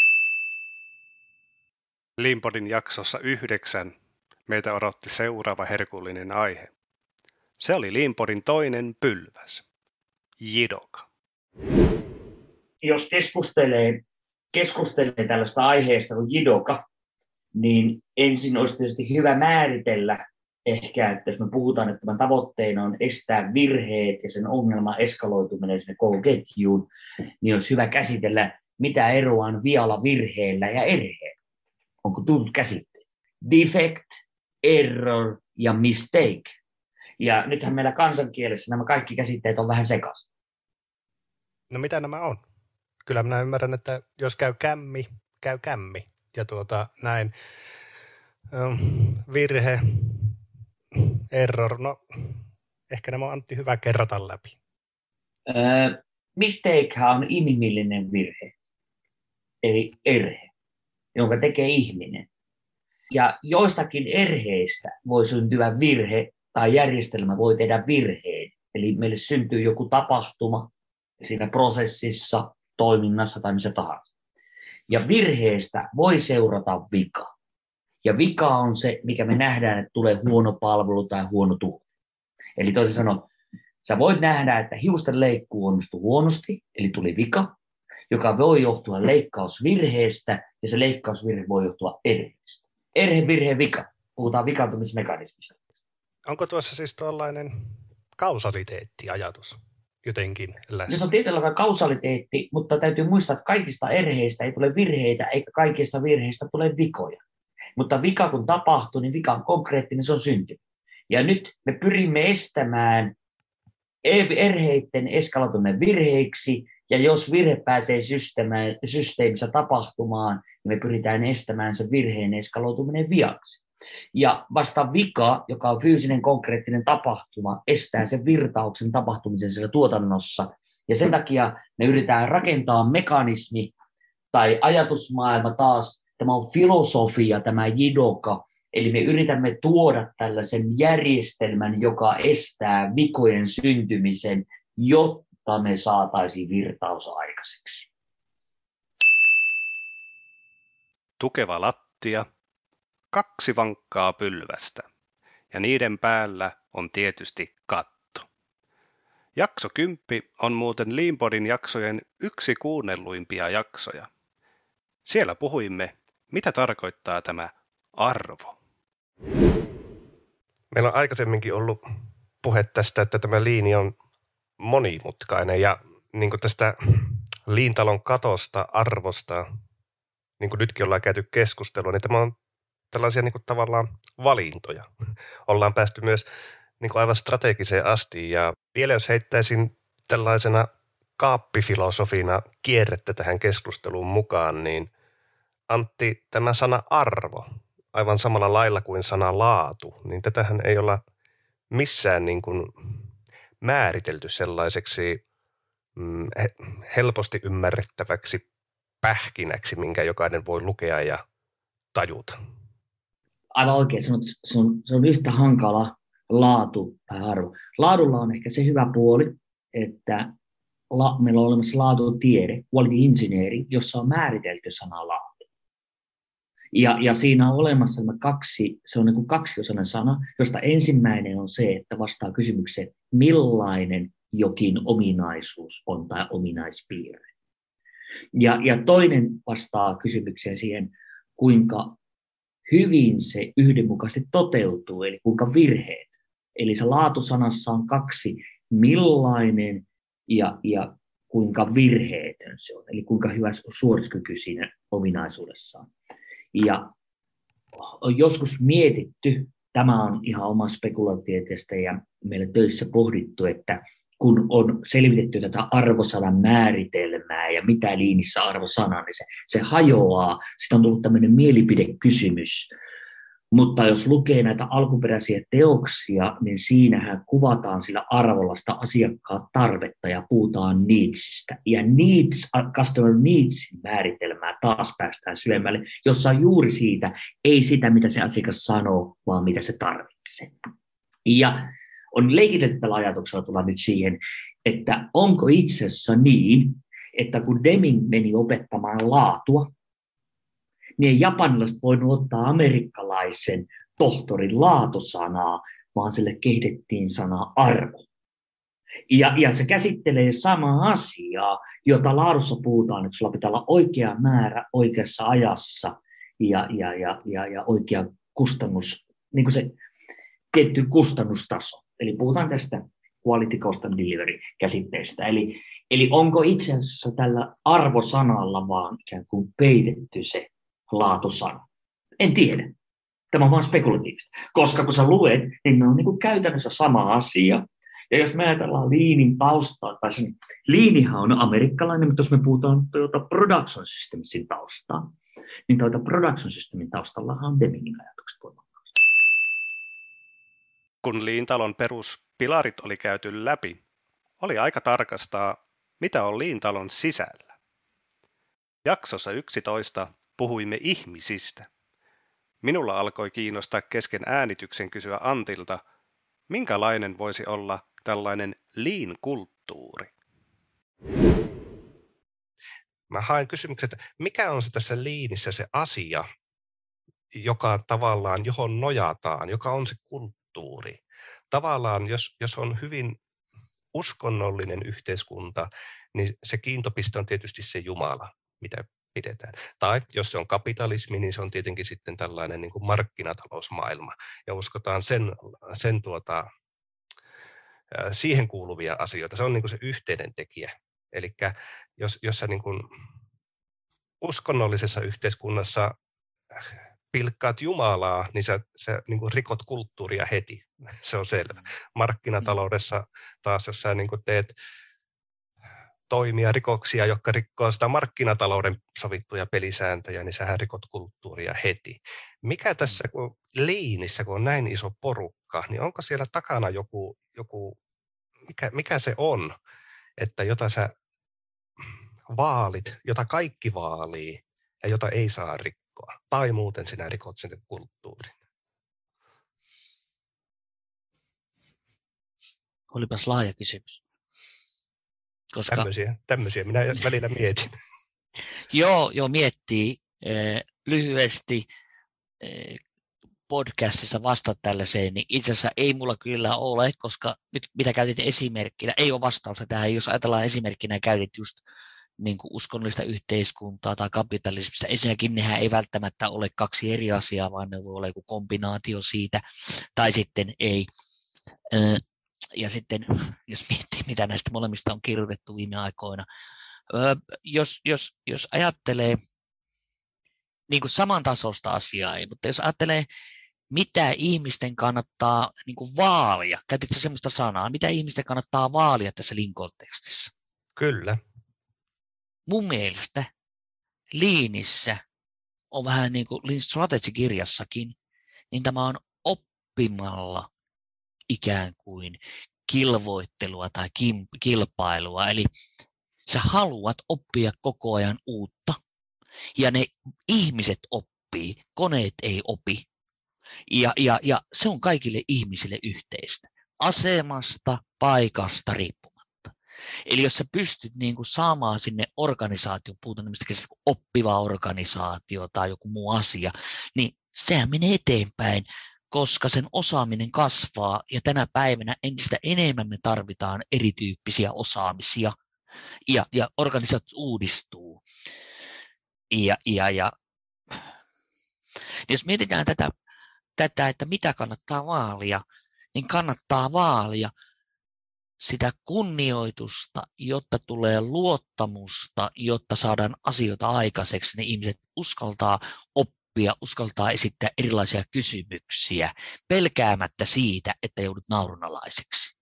Leanpodin jaksossa 9 meitä odotti seuraava herkullinen aihe. Se oli Leanpodin toinen pylväs, Jidoka. Jos keskustelee tällaista aiheesta kuin Jidoka, niin ensin olisi tietysti hyvä määritellä ehkä, että jos me puhutaan, että tämän tavoitteena on estää virheet ja sen ongelman eskaloituminen sinne koko ketjuun, niin olisi hyvä käsitellä, mitä eroa on vialla virheellä ja erheellä. Onko tullut käsitteet? Defect, error ja mistake. Ja nythän meillä kansankielessä nämä kaikki käsitteet on vähän sekaisin. No mitä nämä on? Kyllä minä ymmärrän, että jos käy kämmi. Ja näin. Virhe, error, no ehkä nämä on Antti hyvä kerrata läpi. Mistakehän on inhimillinen virhe, eli erhe, jonka tekee ihminen. Ja joistakin erheistä voi syntyä virhe tai järjestelmä voi tehdä virheen. Eli meille syntyy joku tapahtuma siinä prosessissa, toiminnassa tai missä tahansa. Ja virheestä voi seurata vika. Ja vika on se, mikä me nähdään, että tulee huono palvelu tai huono tuote. Eli toisin sanoen, sä voit nähdä, että hiusten leikkuu onnistui huonosti, eli tuli vika, joka voi johtua leikkausvirheestä, ja se leikkausvirhe voi johtua erheestä. Erhe, virhe, vika. Puhutaan vikaantumismekanismista. Onko tuossa siis tuollainen kausaliteettiajatus jotenkin läsnä? Se on tietyllä kausaliteetti, mutta täytyy muistaa, että kaikista erheistä ei tule virheitä, eikä kaikista virheistä tule vikoja. Mutta vika kun tapahtuu, niin vika on konkreettinen, se on syntynyt. Ja nyt me pyrimme estämään erheiden eskaloituminen virheiksi, ja jos virhe pääsee systeemissä tapahtumaan, niin me pyritään estämään sen virheen eskaloituminen viaksi. Ja vasta vika, joka on fyysinen konkreettinen tapahtuma, estää sen virtauksen tapahtumisen siellä tuotannossa. Ja sen takia me yritetään rakentaa mekanismi tai ajatusmaailma taas. Tämä on filosofia, tämä Jidoka. Eli me yritämme tuoda tällaisen järjestelmän, joka estää vikojen syntymisen, jotta me saataisiin virtaus aikaiseksi. Tukeva lattia, 2 vankkaa pylvästä ja niiden päällä on tietysti katto. Jakso 10 on muuten Leanpodin jaksojen yksi kuunnelluimpia jaksoja. Siellä puhuimme, mitä tarkoittaa tämä arvo. Meillä on aikaisemminkin ollut puhe tästä, että tämä liini on monimutkainen ja niin kuin tästä Lean-talon katosta, arvosta, niin kuin nytkin ollaan käyty keskustelua, niin tämä on tällaisia niin kuin tavallaan valintoja. Ollaan päästy myös niin kuin aivan strategiseen asti, ja vielä jos heittäisin tällaisena kaappifilosofina kierrettä tähän keskusteluun mukaan, niin Antti, tämä sana arvo, aivan samalla lailla kuin sana laatu, niin tätähän ei olla missään niin kuin määritelty sellaiseksi helposti ymmärrettäväksi pähkinäksi, minkä jokainen voi lukea ja tajuta. Aivan oikein sanot, se on yhtä hankala laatu tai arvo. Laadulla on ehkä se hyvä puoli, että meillä on olemassa laatutiede, quality engineering, jossa on määritelty sana laatu. Ja siinä on olemassa se on niin kuin kaksiosainen sana, josta ensimmäinen on se, että vastaa kysymykseen, millainen jokin ominaisuus on tai ominaispiirre. Ja toinen vastaa kysymykseen siihen, kuinka hyvin se yhdenmukaisesti toteutuu, eli kuinka virheet. Eli se laatusanassa on kaksi, millainen ja kuinka virheetön se on, eli kuinka hyvä suorituskyky siinä ominaisuudessaan. Ja on joskus mietitty, tämä on ihan oma spekulatioteesta ja meillä töissä pohdittu, että kun on selvitetty tätä arvosanan määritelmää ja mitä liinissä arvosana, niin se hajoaa. Sitten on tullut tämmöinen mielipidekysymys. Mutta jos lukee näitä alkuperäisiä teoksia, niin siinähän kuvataan sillä arvolla sitä asiakkaan tarvetta ja puhutaan needsistä. Ja customer needsin määritelmää taas päästään syvemmälle, jossa on juuri siitä, ei sitä mitä se asiakas sanoo, vaan mitä se tarvitsee. Ja on leikitelty tällä ajatuksella tulla nyt siihen, että onko itse asiassa niin, että kun Deming meni opettamaan laatua, niin japanilaiset voinut ottaa amerikkalaisen tohtorin laatusanaa, vaan sille kehitettiin sana arvo. Ja se käsittelee samaa asiaa, jota laadussa puhutaan, että sulla pitää olla oikea määrä oikeassa ajassa ja oikea kustannus, niin kuin se tietty kustannustaso. Eli puhutaan tästä quality cost and delivery -käsitteestä. Eli onko itse asiassa tällä arvosanalla vaan ikään kuin peitetty se laatusana? En tiedä. Tämä on vaan spekulatiivista. Koska kun sä luet, niin ne on niin kuin käytännössä sama asia. Ja jos me ajatellaan Leanin taustaa, tai sen, Leanihan on amerikkalainen, mutta jos me puhutaan production systemsin taustaa, niin production systemin taustallahan on Demingin ajatukset voimakkaasti. Kun Lean-talon peruspilarit oli käyty läpi, oli aika tarkastaa, mitä on Lean-talon sisällä. Jaksossa 11 puhuimme ihmisistä. Minulla alkoi kiinnostaa kesken äänityksen kysyä Antilta, minkälainen voisi olla tällainen Lean-kulttuuri. Mä haen kysymyksen, että mikä on se tässä Leanissä se asia, joka tavallaan, johon nojataan, joka on se kulttuuri. Tavallaan, jos on hyvin uskonnollinen yhteiskunta, niin se kiintopiste on tietysti se Jumala, mitä pidetään. Tai jos se on kapitalismi, niin se on tietenkin sitten tällainen niin kuin markkinatalousmaailma. Ja uskotaan siihen kuuluvia asioita. Se on niin kuin se yhteinen tekijä. Eli jos sä niin kuin uskonnollisessa yhteiskunnassa pilkkaat Jumalaa, niin sä niin kuin rikot kulttuuria heti. Se on selvä. Markkinataloudessa taas, jos sä niin kuin teet toimia, rikoksia, jotka rikkoo sitä markkinatalouden sovittuja pelisääntöjä, niin sähän rikot kulttuuria heti. Mikä tässä kun Leanissä, kun on näin iso porukka, niin onko siellä takana joku mikä se on, että jota sä vaalit, jota kaikki vaalii ja jota ei saa rikkoa, tai muuten sinä rikot sen kulttuurin? Olipas laaja kysymys. Koska... Tämmöisiä minä välillä mietin. Joo, miettii lyhyesti podcastissa vastata tällaiseen, niin itse asiassa ei mulla kyllä ole, koska nyt mitä käytit esimerkkinä, ei ole vastausta tähän, jos ajatellaan esimerkkinä käytit just niin kuin uskonnollista yhteiskuntaa tai kapitalismista, ensinnäkin nehän ei välttämättä ole kaksi eri asiaa, vaan ne voi olla joku kombinaatio siitä, tai sitten ei. Ja sitten, jos miettii, mitä näistä molemmista on kirjoitettu viime aikoina, jos ajattelee niin kuin samantasoista asiaa ei, mutta jos ajattelee, mitä ihmisten kannattaa niin kuin vaalia, käytitkö semmoista sanaa, mitä ihmisten kannattaa vaalia tässä Lean-kontekstissa? Kyllä. Mun mielestä Leanissä on vähän niin kuin Lean Strategy-kirjassakin, niin tämä on oppimalla ikään kuin kilvoittelua tai kilpailua. Eli sä haluat oppia koko ajan uutta, ja ne ihmiset oppii, koneet ei opi. Ja se on kaikille ihmisille yhteistä, asemasta, paikasta riippumatta. Eli jos sä pystyt niin kuin saamaan sinne organisaatioon, puhutaan tämmöistä käsitteestä kuin oppiva organisaatio tai joku muu asia, niin sehän menee eteenpäin, koska sen osaaminen kasvaa, ja tänä päivänä entistä enemmän me tarvitaan erityyppisiä osaamisia, ja organisaatiot uudistuu. Ja jos mietitään tätä, että mitä kannattaa vaalia, niin kannattaa vaalia sitä kunnioitusta, jotta tulee luottamusta, jotta saadaan asioita aikaiseksi, niin ihmiset uskaltaa oppia, uskaltaa esittää erilaisia kysymyksiä, pelkäämättä siitä, että joudut naurunalaiseksi.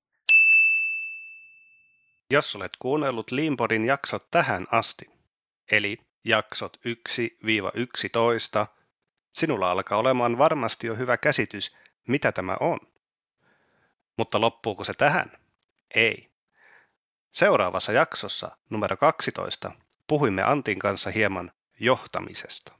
Jos olet kuunnellut Leanpodin jaksot tähän asti, eli jaksot 1-11, sinulla alkaa olemaan varmasti jo hyvä käsitys, mitä tämä on. Mutta loppuuko se tähän? Ei. Seuraavassa jaksossa, numero 12, puhuimme Antin kanssa hieman johtamisesta.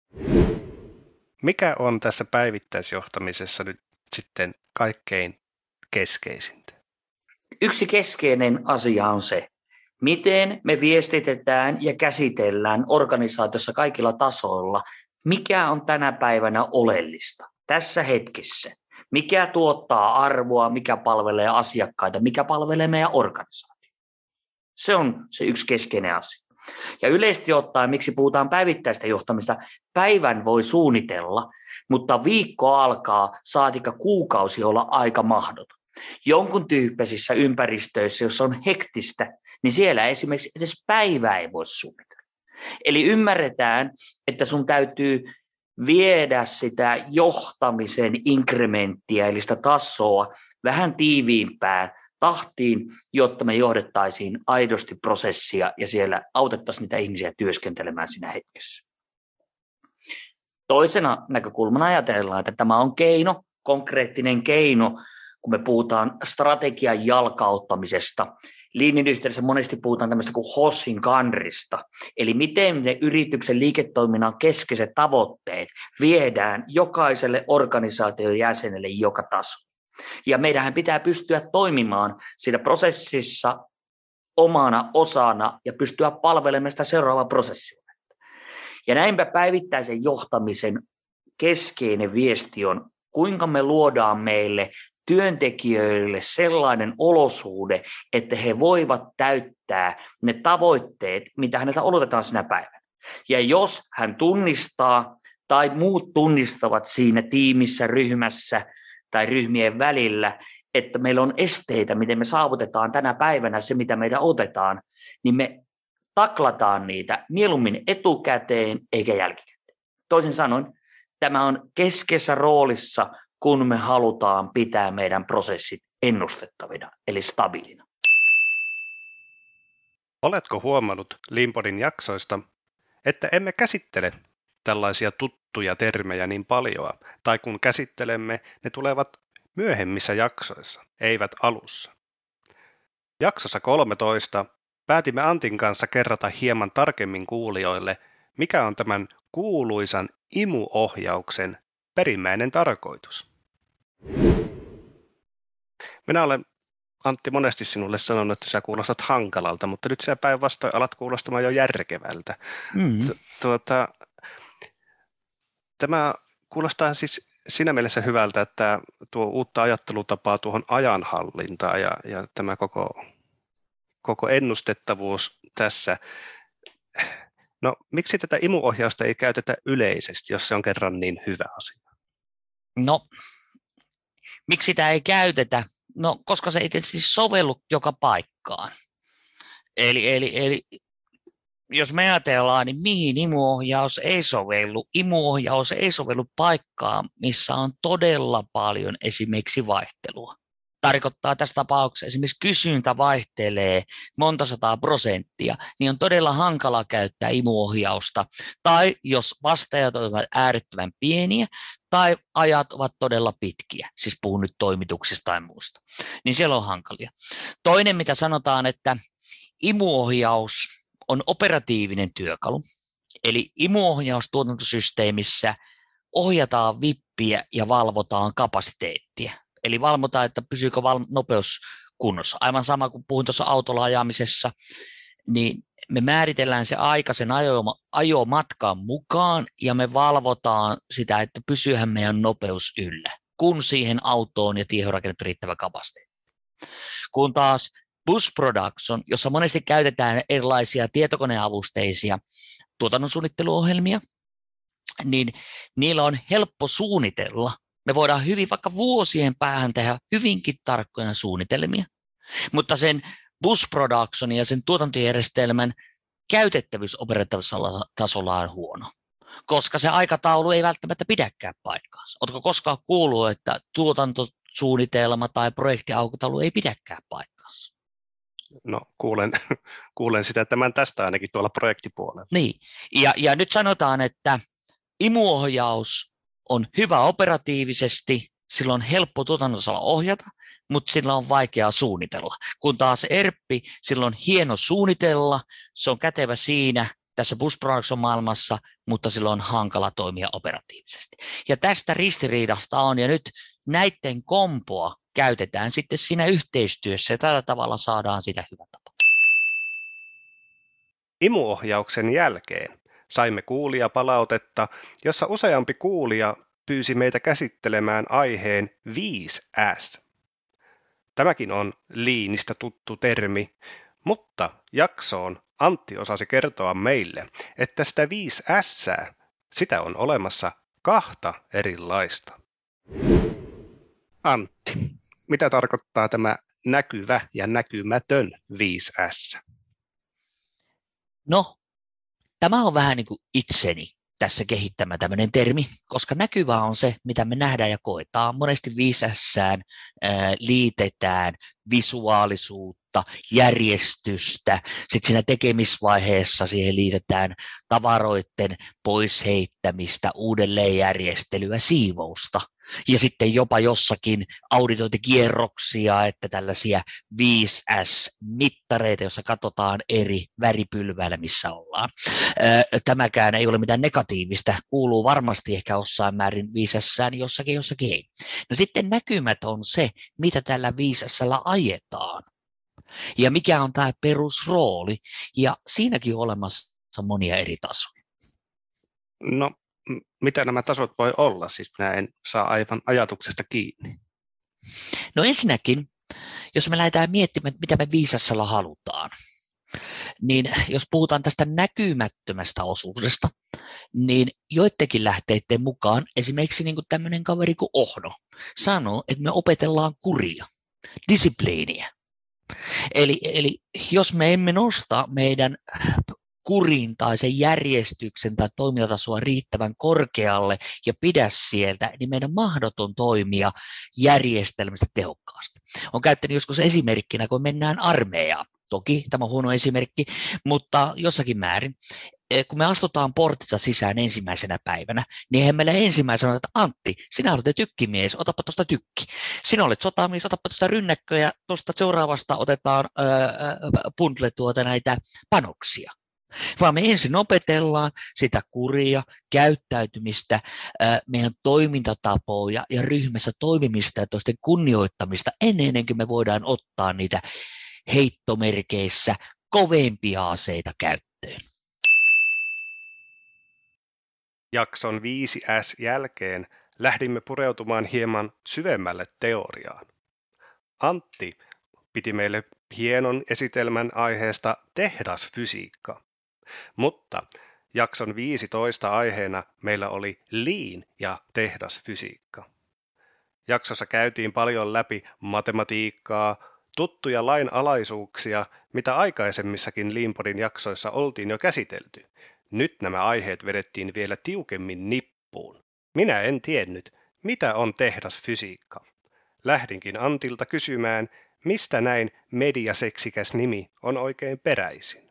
Mikä on tässä päivittäisjohtamisessa nyt sitten kaikkein keskeisintä? Yksi keskeinen asia on se, miten me viestitetään ja käsitellään organisaatiossa kaikilla tasoilla, mikä on tänä päivänä oleellista tässä hetkessä. Mikä tuottaa arvoa, mikä palvelee asiakkaita, mikä palvelee meidän organisaatiota. Se on se yksi keskeinen asia. Ja yleisesti ottaen, miksi puhutaan päivittäistä johtamista, päivän voi suunnitella, mutta viikko alkaa, saatika kuukausi olla aika mahdoton. Jonkun tyyppisissä ympäristöissä, jos on hektistä, niin siellä esimerkiksi edes päivää ei voi suunnitella. Eli ymmärretään, että sun täytyy viedä sitä johtamisen inkrementtiä, eli sitä tasoa vähän tiiviimpään tahtiin, jotta me johdettaisiin aidosti prosessia ja siellä autettaisiin niitä ihmisiä työskentelemään siinä hetkessä. Toisena näkökulmana ajatellaan, että tämä on keino, konkreettinen keino, kun me puhutaan strategian jalkauttamisesta. Leanin yhteydessä monesti puhutaan tämmöistä kuin HOSin kanrista, eli miten ne yrityksen liiketoiminnan keskeiset tavoitteet viedään jokaiselle organisaation jäsenelle joka taso. Ja meidänhän pitää pystyä toimimaan siinä prosessissa omana osana ja pystyä palvelemaan sitä seuraavaa prosessia. Ja näinpä päivittäisen johtamisen keskeinen viesti on, kuinka me luodaan meille työntekijöille sellainen olosuhde, että he voivat täyttää ne tavoitteet, mitä häneltä odotetaan sinä päivänä. Ja jos hän tunnistaa tai muut tunnistavat siinä tiimissä, ryhmässä tai ryhmien välillä, että meillä on esteitä, miten me saavutetaan tänä päivänä se, mitä meidän otetaan, niin me taklataan niitä mieluummin etukäteen eikä jälkikäteen. Toisin sanoen, tämä on keskeisessä roolissa, kun me halutaan pitää meidän prosessit ennustettavina, eli stabiilina. Oletko huomannut Leanpodin jaksoista, että emme käsittele tällaisia tuttuja termejä niin paljon, tai kun käsittelemme, ne tulevat myöhemmissä jaksoissa, eivät alussa. Jaksossa 13 päätimme Antin kanssa kerrata hieman tarkemmin kuulijoille, mikä on tämän kuuluisan imuohjauksen perimmäinen tarkoitus. Minä olen, Antti, monesti sinulle sanonut, että sä kuulostat hankalalta, mutta nyt sä päinvastoin alat kuulostamaan jo järkevältä. Tämä kuulostaa siis siinä mielessä hyvältä, että tuo uutta ajattelutapaa tuohon ajanhallintaan ja tämä koko ennustettavuus tässä. No, miksi tätä imuohjausta ei käytetä yleisesti, jos se on kerran niin hyvä asia? No, miksi sitä ei käytetä? No, koska se ei tietysti sovellu joka paikkaan. Eli jos me ajatellaan, niin mihin imuohjaus ei sovellu? Imuohjaus ei sovellu paikkaan, missä on todella paljon esimerkiksi vaihtelua. Tarkoittaa tässä tapauksessa esimerkiksi kysyntä vaihtelee monta 100%, niin on todella hankala käyttää imuohjausta. Tai jos vastaajat ovat äärettömän pieniä tai ajat ovat todella pitkiä, siis puhun nyt toimituksista tai muusta, niin siellä on hankalia. Toinen, mitä sanotaan, että imuohjaus on operatiivinen työkalu, eli imuohjaus tuotantosysteemissä ohjataan vippiä ja valvotaan kapasiteettia. Eli valvotaan, että pysyykö nopeus kunnossa. Aivan sama kuin puhuin tuossa autolla ajamisessa, niin me määritellään se aika sen ajomatkan mukaan ja me valvotaan sitä, että pysyyhän meidän nopeus yllä, kun siihen autoon ja tiehen on rakennettu riittävä kapasiteetti. Kun taas bus production, jossa monesti käytetään erilaisia tietokoneavusteisia tuotannon suunnitteluohjelmia, niin niillä on helppo suunnitella. Me voidaan hyvin vaikka vuosien päähän tehdä hyvinkin tarkkoja suunnitelmia, mutta sen bus production ja sen tuotantojärjestelmän käytettävyys operatiivisella tasolla on huono, koska se aikataulu ei välttämättä pidäkään paikkaansa. Oletko koskaan kuullut, että tuotantosuunnitelma tai projektiaikataulu ei pidäkään paikkaansa? No, kuulen sitä tämän tästä ainakin tuolla projektipuolella. Niin, ja nyt sanotaan, että imuohjaus on hyvä operatiivisesti, sillä on helppo tuotantotasalla ohjata, mutta sillä on vaikea suunnitella. Kun taas ERPpi, sillä on hieno suunnitella, se on kätevä siinä tässä bus production maailmassa, mutta sillä on hankala toimia operatiivisesti. Ja tästä ristiriidasta on, ja nyt näiden kompoa käytetään sitten siinä yhteistyössä, ja tällä tavalla saadaan sitä hyvä tapa. Imuohjauksen jälkeen saimme kuulijapalautetta, jossa useampi kuulija pyysi meitä käsittelemään aiheen 5S. Tämäkin on Leanista tuttu termi, mutta jaksoon Antti osasi kertoa meille, että sitä 5S, sitä on olemassa 2 erilaista. Antti, mitä tarkoittaa tämä näkyvä ja näkymätön 5S? No, tämä on vähän niin kuin itseni tässä kehittämä tämmöinen termi, koska näkyvä on se, mitä me nähdään ja koetaan. Monesti 5S:ään liitetään visuaalisuutta, järjestystä, sitten siinä tekemisvaiheessa siihen liitetään tavaroiden poisheittämistä, uudelleenjärjestelyä, siivousta. Ja sitten jopa jossakin auditointikierroksia, että tällaisia 5S-mittareita, joissa katsotaan eri väripylväillä, missä ollaan. Tämäkään ei ole mitään negatiivista, kuuluu varmasti ehkä jossain määrin 5S:ään, jossakin ei. No sitten näkymät on se, mitä tällä 5S:llä ajetaan ja mikä on tämä perusrooli, ja siinäkin on olemassa monia eri tasoja. No, mitä nämä tasot voi olla? Siis minä en saa aivan ajatuksesta kiinni. No ensinnäkin, jos me lähdetään miettimään, että mitä me 5S:llä halutaan, niin jos puhutaan tästä näkymättömästä osuudesta, niin joidenkin lähteiden mukaan esimerkiksi niin kuin tämmöinen kaveri kuin Ohno sanoo, että me opetellaan kuria, disipliiniä. Eli jos me emme nosta meidän kurin tai sen järjestyksen tai toimintatasoa riittävän korkealle ja pidä sieltä, niin meidän mahdoton toimia järjestelmästä tehokkaasti. Olen käyttänyt joskus esimerkkinä, kun mennään armeijaan. Toki tämä on huono esimerkki, mutta jossakin määrin. Kun me astutaan portista sisään ensimmäisenä päivänä, niin eihän meillä ensimmäisenä että Antti, sinä olet tykkimies, otapa tuosta tykki. Sinä olet sotamies, otapa tuosta rynnäkkö ja tuosta seuraavasta otetaan bundle näitä panoksia. Vaan me ensin opetellaan sitä kuria, käyttäytymistä, meidän toimintatapoja ja ryhmässä toimimista ja toisten kunnioittamista ennen kuin me voidaan ottaa niitä heittomerkeissä kovempia aseita käyttöön. Jakson 5S jälkeen lähdimme pureutumaan hieman syvemmälle teoriaan. Antti piti meille hienon esitelmän aiheesta tehdasfysiikka, mutta jakson 15 aiheena meillä oli Lean ja tehdasfysiikka. Jaksossa käytiin paljon läpi matematiikkaa, Tuttuja lainalaisuuksia, mitä aikaisemmissakin Leanpodin jaksoissa oltiin jo käsitelty. Nyt nämä aiheet vedettiin vielä tiukemmin nippuun. Minä en tiennyt, mitä on tehdasfysiikka. Lähdinkin Antilta kysymään, mistä näin mediaseksikäs nimi on oikein peräisin.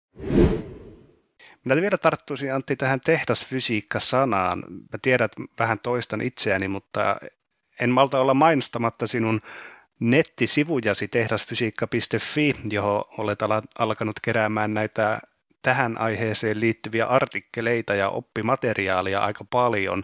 Minä vielä tarttuisin, Antti, tähän tehdasfysiikka-sanaan. Mä tiedän, että vähän toistan itseäni, mutta en malta olla mainostamatta sinun nettisivujasi tehdasfysiikka.fi, johon olet alkanut keräämään näitä tähän aiheeseen liittyviä artikkeleita ja oppimateriaalia aika paljon.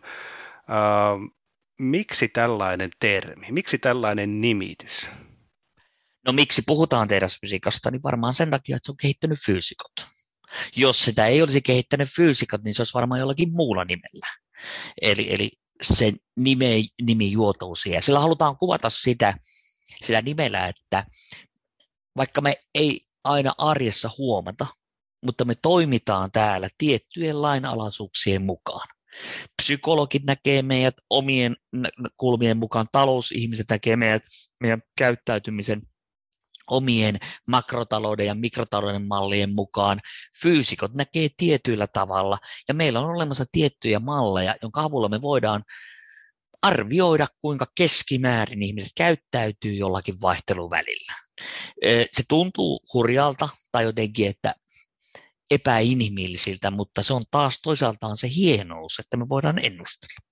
Miksi tällainen termi? Miksi tällainen nimitys? No miksi puhutaan tehdasfysiikasta, niin varmaan sen takia, että se on kehittänyt fyysikot. Jos sitä ei olisi kehittänyt fyysikot, niin se olisi varmaan jollakin muulla nimellä. Eli se nimi juotuu siihen. Sillä halutaan kuvata sitä nimellä, että vaikka me ei aina arjessa huomata, mutta me toimitaan täällä tiettyjen lainalaisuuksien mukaan. Psykologit näkee meidät omien kulmien mukaan, talousihmiset näkee meidän käyttäytymisen omien makrotalouden ja mikrotalouden mallien mukaan. Fyysikot näkee tietyllä tavalla, ja meillä on olemassa tiettyjä malleja, jonka avulla me voidaan arvioida, kuinka keskimäärin ihmiset käyttäytyy jollakin vaihteluvälillä. Se tuntuu hurjalta tai jotenkin, että epäinhimillisiltä, mutta se on taas toisaaltaan se hienous, että me voidaan ennustella.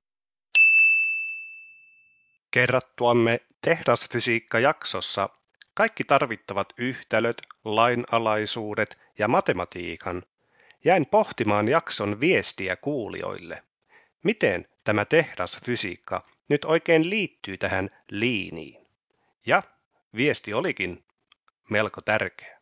Kerrattuamme tehdasfysiikka-jaksossa kaikki tarvittavat yhtälöt, lainalaisuudet ja matematiikan jäin pohtimaan jakson viestiä kuulijoille. Miten tämä tehdasfysiikka nyt oikein liittyy tähän liiniin? Ja viesti olikin melko tärkeä.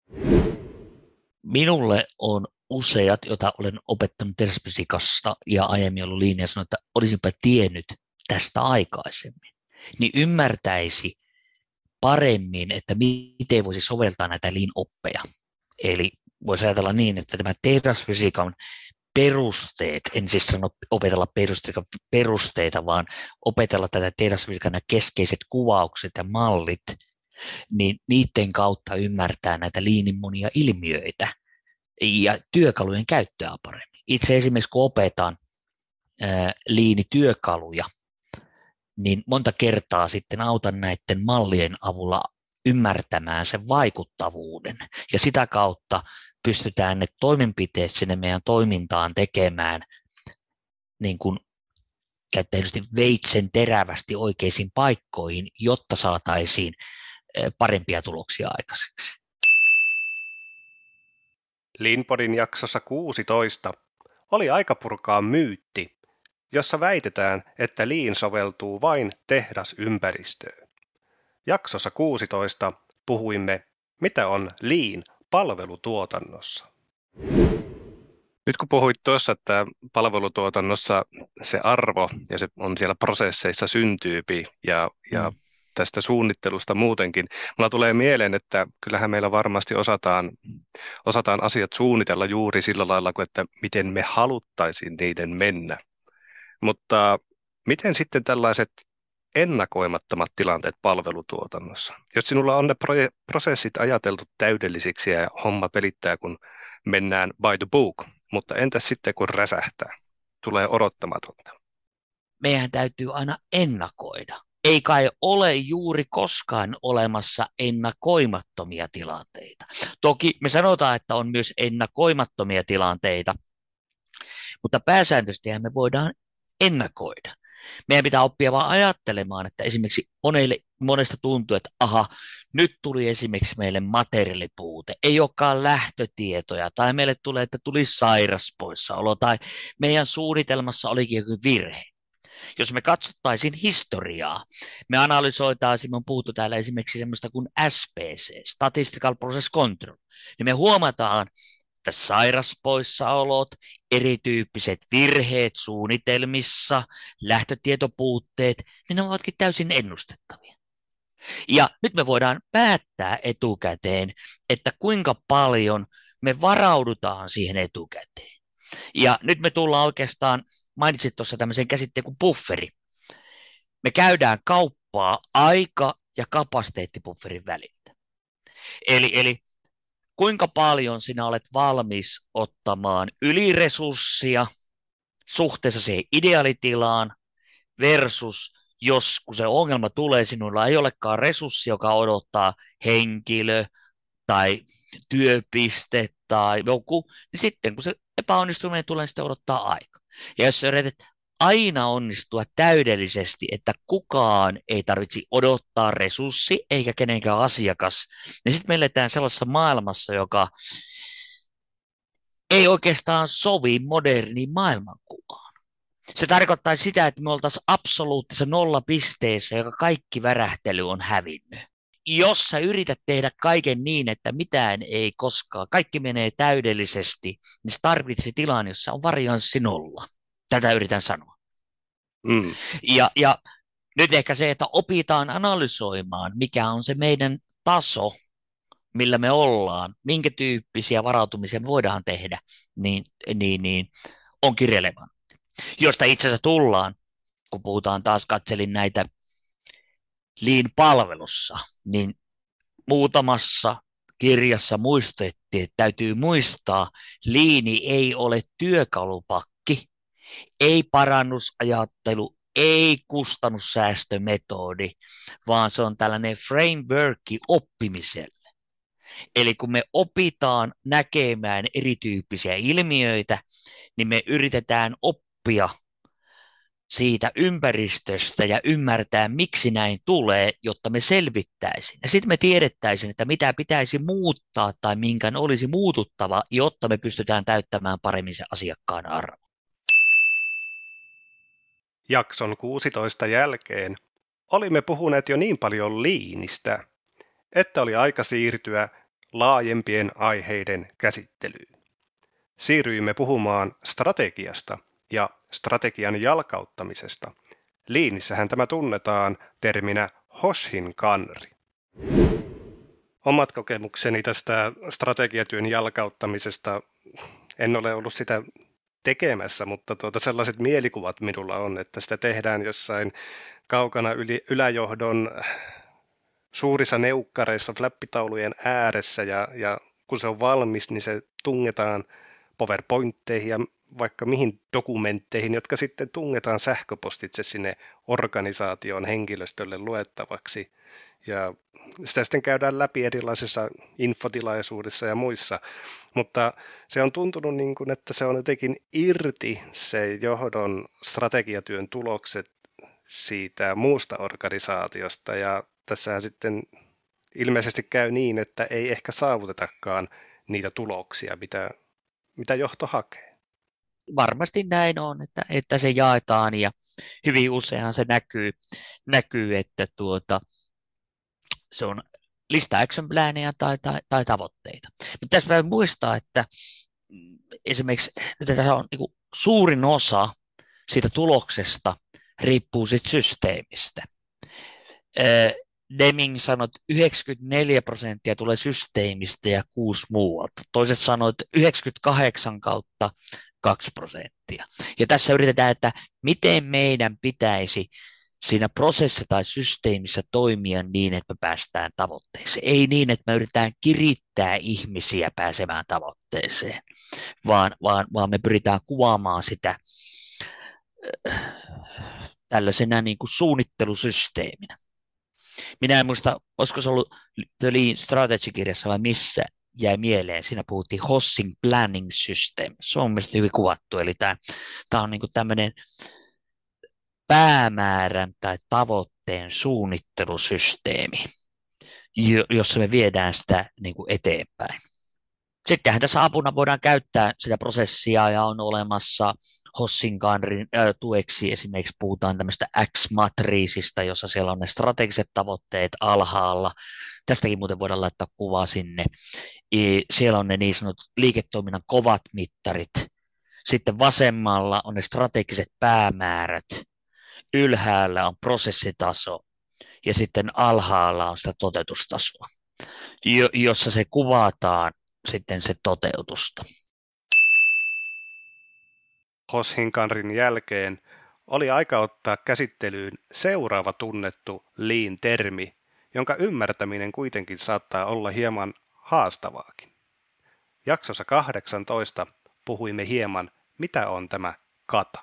Minulle on useat, joita olen opettanut tehdasfysiikasta ja aiemmin ollut liinia, sanonut, että olisinpä tiennyt tästä aikaisemmin, niin ymmärtäisi paremmin, että miten voisi soveltaa näitä lean-oppeja. Eli voisi ajatella niin, että tämä tehdasfysiikan perusteet, en siis sano opetella perusteita, vaan opetella tätä tehdasfysiikan keskeiset kuvaukset ja mallit, niin niiden kautta ymmärtää näitä liinin monia ilmiöitä ja työkalujen käyttöä paremmin. Itse esimerkiksi kun opetan liinityökaluja, niin monta kertaa sitten autan näiden mallien avulla ymmärtämään sen vaikuttavuuden. Ja sitä kautta pystytään ne toimenpiteet sinne meidän toimintaan tekemään niin kuin käyttäjällisesti veitsen terävästi oikeisiin paikkoihin, jotta saataisiin parempia tuloksia aikaiseksi. Leanpodin jaksossa 16 oli aika purkaa myytti, jossa väitetään, että Lean soveltuu vain tehdasympäristöön. Jaksossa 16 puhuimme, mitä on Lean palvelutuotannossa. Nyt kun puhuit tuossa, että palvelutuotannossa se arvo ja se on siellä prosesseissa syntyypi ja tästä suunnittelusta muutenkin. Mulla tulee mieleen, että kyllähän meillä varmasti osataan asiat suunnitella juuri sillä lailla, että miten me haluttaisiin niiden mennä. Mutta miten sitten tällaiset ennakoimattomat tilanteet palvelutuotannossa? Jos sinulla on ne prosessit ajateltu täydellisiksi ja homma pelittää, kun mennään by the book, mutta entäs sitten kun räsähtää? Tulee odottamatonta. Meidän täytyy aina ennakoida. Ei kai ole juuri koskaan olemassa ennakoimattomia tilanteita. Toki me sanotaan, että on myös ennakoimattomia tilanteita, mutta pääsääntöisesti me voidaan ennakoida. Meidän pitää oppia vaan ajattelemaan, että esimerkiksi monesta tuntuu, että nyt tuli esimerkiksi meille materiaalipuute, ei olekaan lähtötietoja, tai meille tulee, että tuli sairaspoissaolo, tai meidän suunnitelmassa olikin joku virhe. Jos me katsottaisiin historiaa, me analysoitaisiin, me on puhuttu täällä esimerkiksi semmoista kuin SPC, Statistical Process Control, niin me huomataan, että sairaspoissaolot, erityyppiset virheet suunnitelmissa, lähtötietopuutteet, niin ne ovatkin täysin ennustettavia. Ja nyt me voidaan päättää etukäteen, että kuinka paljon me varaudutaan siihen etukäteen. Ja nyt me tullaan oikeastaan, mainitsit tuossa tämmöisen käsitteen kuin bufferi. Me käydään kauppaa aika ja kapasiteettipufferin väliltä. Eli kuinka paljon sinä olet valmis ottamaan yliresurssia suhteessa siihen ideaalitilaan versus jos kun se ongelma tulee, sinulla ei olekaan resurssi, joka odottaa henkilö tai työpiste tai joku, niin sitten kun se epäonnistuminen tulee, niin sitten odottaa aika. Ja jos sä yrität aina onnistua täydellisesti, että kukaan ei tarvitse odottaa resurssi eikä kenenkään asiakas, niin sitten me eletään sellaisessa maailmassa, joka ei oikeastaan sovi moderniin maailmankuvaan. Se tarkoittaa sitä, että me oltaisiin absoluuttisessa nollapisteessä, joka kaikki värähtely on hävinnyt. Jos sä yrität tehdä kaiken niin, että mitään ei koskaan, kaikki menee täydellisesti, niin se tarvitsee tilan, jossa on varianssi nolla. Tätä yritän sanoa. Mm. Ja nyt ehkä se, että opitaan analysoimaan, mikä on se meidän taso, millä me ollaan, minkä tyyppisiä varautumisia me voidaan tehdä, niin onkin relevantti. Josta itse asiassa tullaan, kun puhutaan taas, katselin näitä Lean-palvelussa, niin muutamassa kirjassa muistettiin, että täytyy muistaa, liini ei ole työkalupakki, ei parannusajattelu, ei kustannussäästömetodi, vaan se on tällainen frameworki oppimiselle. Eli kun me opitaan näkemään erityyppisiä ilmiöitä, niin me yritetään oppia siitä ympäristöstä ja ymmärtää, miksi näin tulee, jotta me selvittäisiin. Ja sitten me tiedettäisiin, että mitä pitäisi muuttaa tai minkä olisi muututtava, jotta me pystytään täyttämään paremmin se asiakkaan arvo. Jakson 16 jälkeen olimme puhuneet jo niin paljon liinistä, että oli aika siirtyä laajempien aiheiden käsittelyyn. Siirryimme puhumaan strategiasta ja strategian jalkauttamisesta. Liinissähän tämä tunnetaan terminä Hoshin kanri. Omat kokemukseni tästä strategiatyön jalkauttamisesta, en ole ollut sitä tekemässä, mutta sellaiset mielikuvat minulla on, että sitä tehdään jossain kaukana yläjohdon suurissa neukkareissa flappitaulujen ääressä ja kun se on valmis, niin se tungetaan PowerPointteihin ja vaikka mihin dokumentteihin, jotka sitten tungetaan sähköpostitse sinne organisaation henkilöstölle luettavaksi. Ja sitä sitten käydään läpi erilaisissa infotilaisuudissa ja muissa, mutta se on tuntunut niin kuin, että se on jotenkin irti se johdon strategiatyön tulokset siitä muusta organisaatiosta, ja tässähän sitten ilmeisesti käy niin, että ei ehkä saavutetakaan niitä tuloksia, mitä johto hakee. Varmasti näin on, että se jaetaan ja hyvin useinhan se näkyy että se on lista action planeja tai tavoitteita. Mutta tässä pitää muistaa, että esimerkiksi tässä on niin kuin suurin osa siitä tuloksesta riippuu siitä systeemistä. Deming sanoi, että 94% tulee systeemistä ja 6 muualta. Toiset sanoivat, että 98/2%. Ja tässä yritetään, että miten meidän pitäisi siinä prosessissa tai systeemissä toimia niin, että me päästään tavoitteeseen. Ei niin, että me yritetään kirittää ihmisiä pääsemään tavoitteeseen, vaan me pyritään kuvaamaan sitä tällaisena niin kuin suunnittelusysteeminä. Minä en muista, olisiko se ollut The Lean Strategy-kirjassa vai missä jäi mieleen. Siinä puhuttiin Hoshin Planning System. Se on mielestäni hyvin kuvattu. Eli tämä on niin kuin tämmöinen päämäärän tai tavoitteen suunnittelusysteemi, jossa me viedään sitä niin kuin eteenpäin. Sittenhän tässä apuna voidaan käyttää sitä prosessia ja on olemassa Hoshin kanrin tueksi esimerkiksi puhutaan tämmöistä X-matriisista, jossa siellä on ne strategiset tavoitteet alhaalla. Tästäkin muuten voidaan laittaa kuvaa sinne. Siellä on ne niin sanotut liiketoiminnan kovat mittarit. Sitten vasemmalla on ne strategiset päämäärät. Ylhäällä on prosessitaso ja sitten alhaalla on sitä toteutustasoa, jossa se kuvataan sitten se toteutusta. Hoshin kanrin jälkeen oli aika ottaa käsittelyyn seuraava tunnettu Lean-termi, jonka ymmärtäminen kuitenkin saattaa olla hieman haastavaakin. Jaksossa 18 puhuimme hieman, mitä on tämä kata.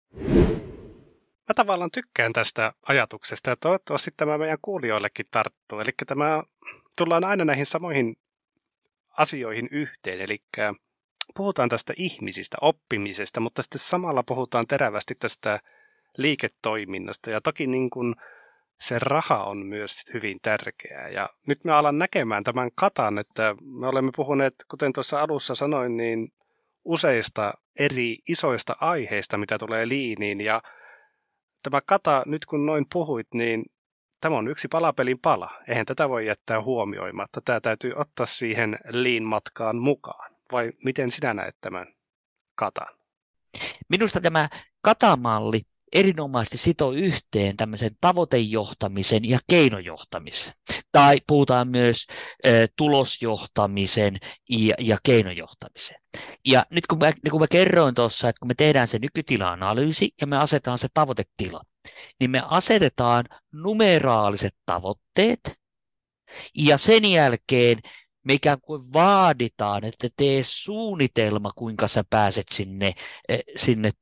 Mä tavallaan tykkään tästä ajatuksesta ja toivottavasti tämä meidän kuulijoillekin tarttuu. Eli tullaan aina näihin samoihin asioihin yhteen, eli puhutaan tästä ihmisistä, oppimisesta, mutta sitten samalla puhutaan terävästi tästä liiketoiminnasta. Ja toki niin kuin se raha on myös hyvin tärkeää. Ja nyt me alan näkemään tämän katan, että me olemme puhuneet, kuten tuossa alussa sanoin, niin useista eri isoista aiheista, mitä tulee liiniin. Ja tämä kata, nyt kun noin puhuit, niin tämä on yksi palapelin pala. Eihän tätä voi jättää huomioimatta. Tämä täytyy ottaa siihen liin-matkaan mukaan. Vai miten sinä näet tämän katan? Minusta tämä katamalli erinomaisesti sitoo yhteen tämmöisen tavoitejohtamisen ja keinojohtamisen. Tai puhutaan myös tulosjohtamisen ja keinojohtamisen. Ja nyt kun mä kerroin tuossa, että kun me tehdään se nykytila-analyysi ja me asetetaan se tavoitetila, niin me asetetaan numeraaliset tavoitteet ja sen jälkeen me ikään kuin vaaditaan, että tee suunnitelma, kuinka sä pääset sinne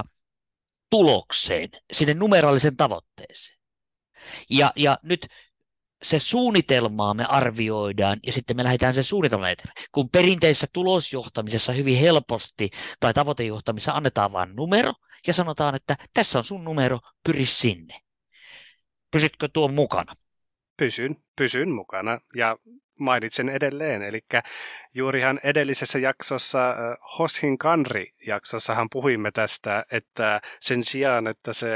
tulokseen, sinne numeraalisen tavoitteeseen. Ja nyt se suunnitelmaa me arvioidaan ja sitten me lähdetään sen suunnitelman eteenpäin. Kun perinteisessä tulosjohtamisessa hyvin helposti tai tavoitejohtamisessa annetaan vain numero ja sanotaan, että tässä on sun numero, pyri sinne. Pysytkö tuon mukana? Pysyn mukana ja mainitsen edelleen. Eli juurihan edellisessä jaksossa, Hoshin Kanri-jaksossahan puhuimme tästä, että sen sijaan, että se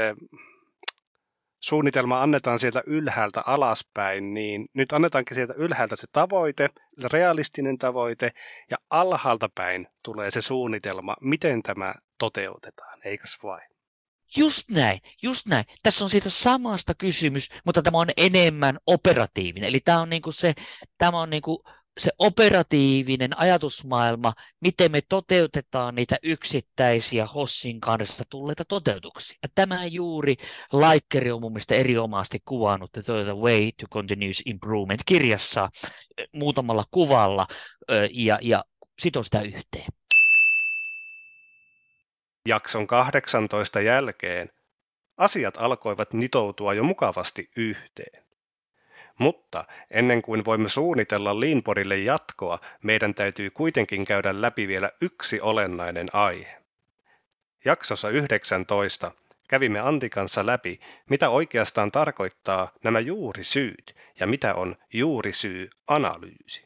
suunnitelma annetaan sieltä ylhäältä alaspäin, niin nyt annetaankin sieltä ylhäältä se tavoite, realistinen tavoite, ja alhaalta päin tulee se suunnitelma, miten tämä toteutetaan, eikös vain? Just näin. Tässä on siitä samasta kysymys, mutta tämä on enemmän operatiivinen. Eli tämä on se operatiivinen ajatusmaailma, miten me toteutetaan niitä yksittäisiä Hossin kanssa tulleita toteutuksia. Ja tämä juuri Laikkeri on mun mielestä erinomaisesti kuvannut The Way to Continuous Improvement -kirjassa muutamalla kuvalla ja sitoo sitä yhteen. Jakson 18 jälkeen asiat alkoivat nitoutua jo mukavasti yhteen. Mutta ennen kuin voimme suunnitella Leanpodille jatkoa, meidän täytyy kuitenkin käydä läpi vielä yksi olennainen aihe. Jaksossa 19 kävimme Antti kanssa läpi, mitä oikeastaan tarkoittaa nämä juurisyyt ja mitä on juurisyy-analyysi.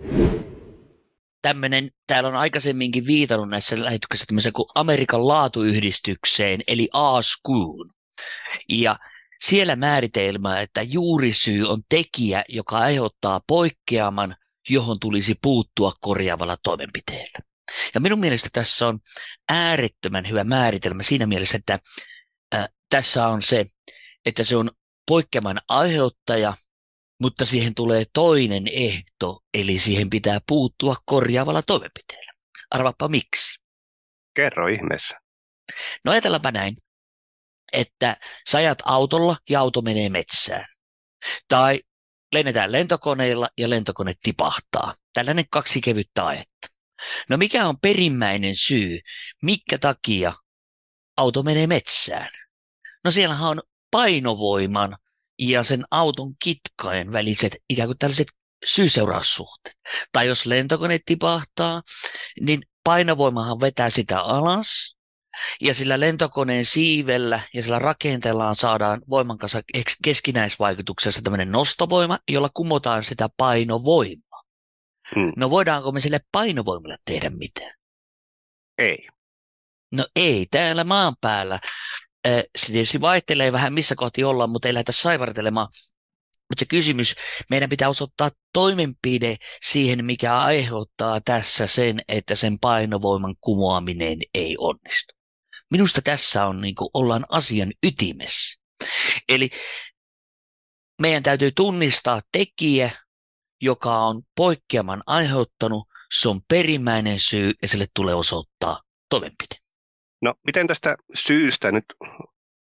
Täällä on aikaisemminkin viitannut näissä lähetyksissä tämmöiseen kuin Amerikan laatuyhdistykseen, eli ASCOon. Ja siellä määritelmää, että juurisyy on tekijä, joka aiheuttaa poikkeaman, johon tulisi puuttua korjaavalla toimenpiteellä. Ja minun mielestä tässä on äärettömän hyvä määritelmä siinä mielessä, että tässä on se, että se on poikkeaman aiheuttaja, mutta siihen tulee toinen ehto, eli siihen pitää puuttua korjaavalla toimenpiteellä. Arvaappa miksi? Kerro ihmeessä. No ajatellaanpa näin, että sä ajat autolla ja auto menee metsään. Tai lennetään lentokoneella ja lentokone tipahtaa. Tällainen kaksi kevyttä aihetta. No mikä on perimmäinen syy, minkä takia auto menee metsään? No siellähän on painovoiman ja sen auton kitkain väliset ikään kuin tällaiset syy-seuraussuhteet. Tai jos lentokone tipahtaa, niin painovoimahan vetää sitä alas, ja sillä lentokoneen siivellä ja sillä rakenteellaan saadaan voiman kanssa keskinäisvaikutuksessa tämmöinen nostovoima, jolla kumotaan sitä painovoimaa. No voidaanko me sille painovoimalle tehdä mitään? Ei. No ei, täällä maan päällä. Se tietysti vaihtelee vähän missä kohti ollaan, mutta ei lähdetä saivartelemaan. Mutta se kysymys, meidän pitää osoittaa toimenpide siihen, mikä aiheuttaa tässä sen, että sen painovoiman kumoaminen ei onnistu. Minusta tässä on ollaan asian ytimessä. Eli meidän täytyy tunnistaa tekijä, joka on poikkeaman aiheuttanut, se on perimmäinen syy ja sille tulee osoittaa toimenpide. No, miten tästä syystä nyt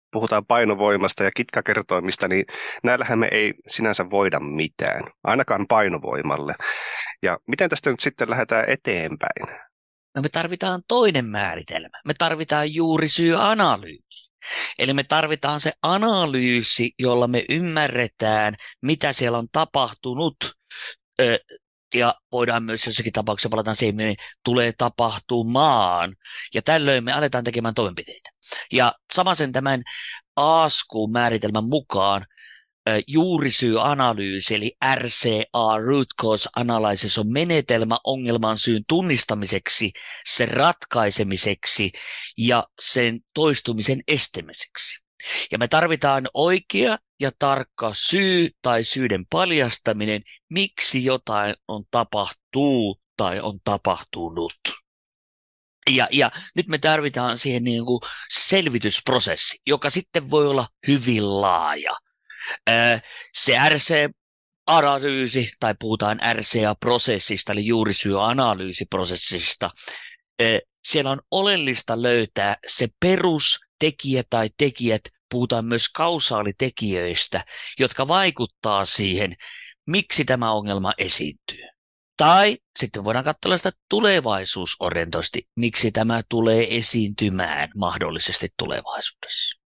puhutaan painovoimasta ja kitkakertoimista, niin näillähän me ei sinänsä voida mitään, ainakaan painovoimalle. Ja miten tästä nyt sitten lähdetään eteenpäin? No me tarvitaan toinen määritelmä. Me tarvitaan juurisyysanalyysi. Eli me tarvitaan se analyysi, jolla me ymmärretään, mitä siellä on tapahtunut, ja voidaan myös jossakin tapauksessa palata siihen, tulee tapahtumaan. Ja tällöin me aletaan tekemään toimenpiteitä. Ja samaisen tämän ASKU-määritelmän mukaan juurisyyanalyysi, eli RCA, Root Cause Analysis, on menetelmä ongelman syyn tunnistamiseksi, sen ratkaisemiseksi ja sen toistumisen estämiseksi. Ja me tarvitaan oikea ja tarkka syy tai syyden paljastaminen, miksi jotain on tapahtuu tai on tapahtunut. Ja nyt me tarvitaan siihen niin kuin selvitysprosessi, joka sitten voi olla hyvin laaja. Se RC-analyysi, tai puhutaan RCA-prosessista, eli juurisyyanalyysprosessista, siellä on oleellista löytää se perustekijä tai tekijät, puhutaan myös kausaalitekijöistä, jotka vaikuttaa siihen, miksi tämä ongelma esiintyy. Tai sitten voidaan katsoa sitä tulevaisuusorientoisesti, miksi tämä tulee esiintymään mahdollisesti tulevaisuudessa.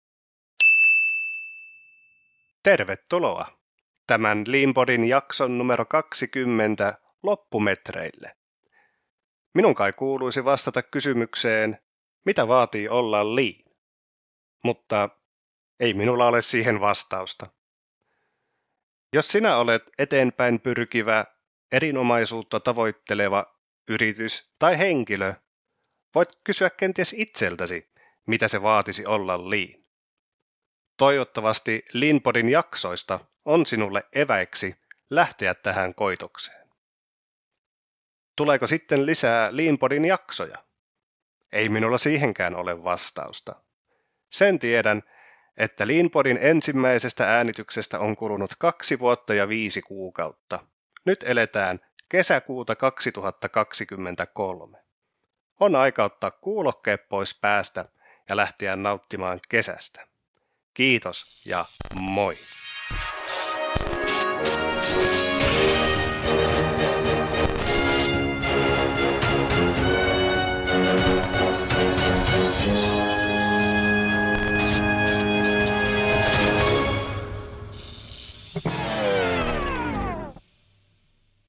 Tervetuloa tämän Leanbodyn jakson numero 20 loppumetreille. Minun kai kuuluisi vastata kysymykseen, mitä vaatii olla lean, mutta ei minulla ole siihen vastausta. Jos sinä olet eteenpäin pyrkivä, erinomaisuutta tavoitteleva yritys tai henkilö, voit kysyä kenties itseltäsi, mitä se vaatisi olla lean. Toivottavasti Leanbodyn jaksoista on sinulle eväiksi lähteä tähän koitokseen. Tuleeko sitten lisää Leanbodyn jaksoja? Ei minulla siihenkään ole vastausta. Sen tiedän, että Leanbodyn ensimmäisestä äänityksestä on kulunut 2 vuotta ja 5 kuukautta. Nyt eletään kesäkuuta 2023. On aika ottaa kuulokkeet pois päästä ja lähteä nauttimaan kesästä. Kiitos ja moi!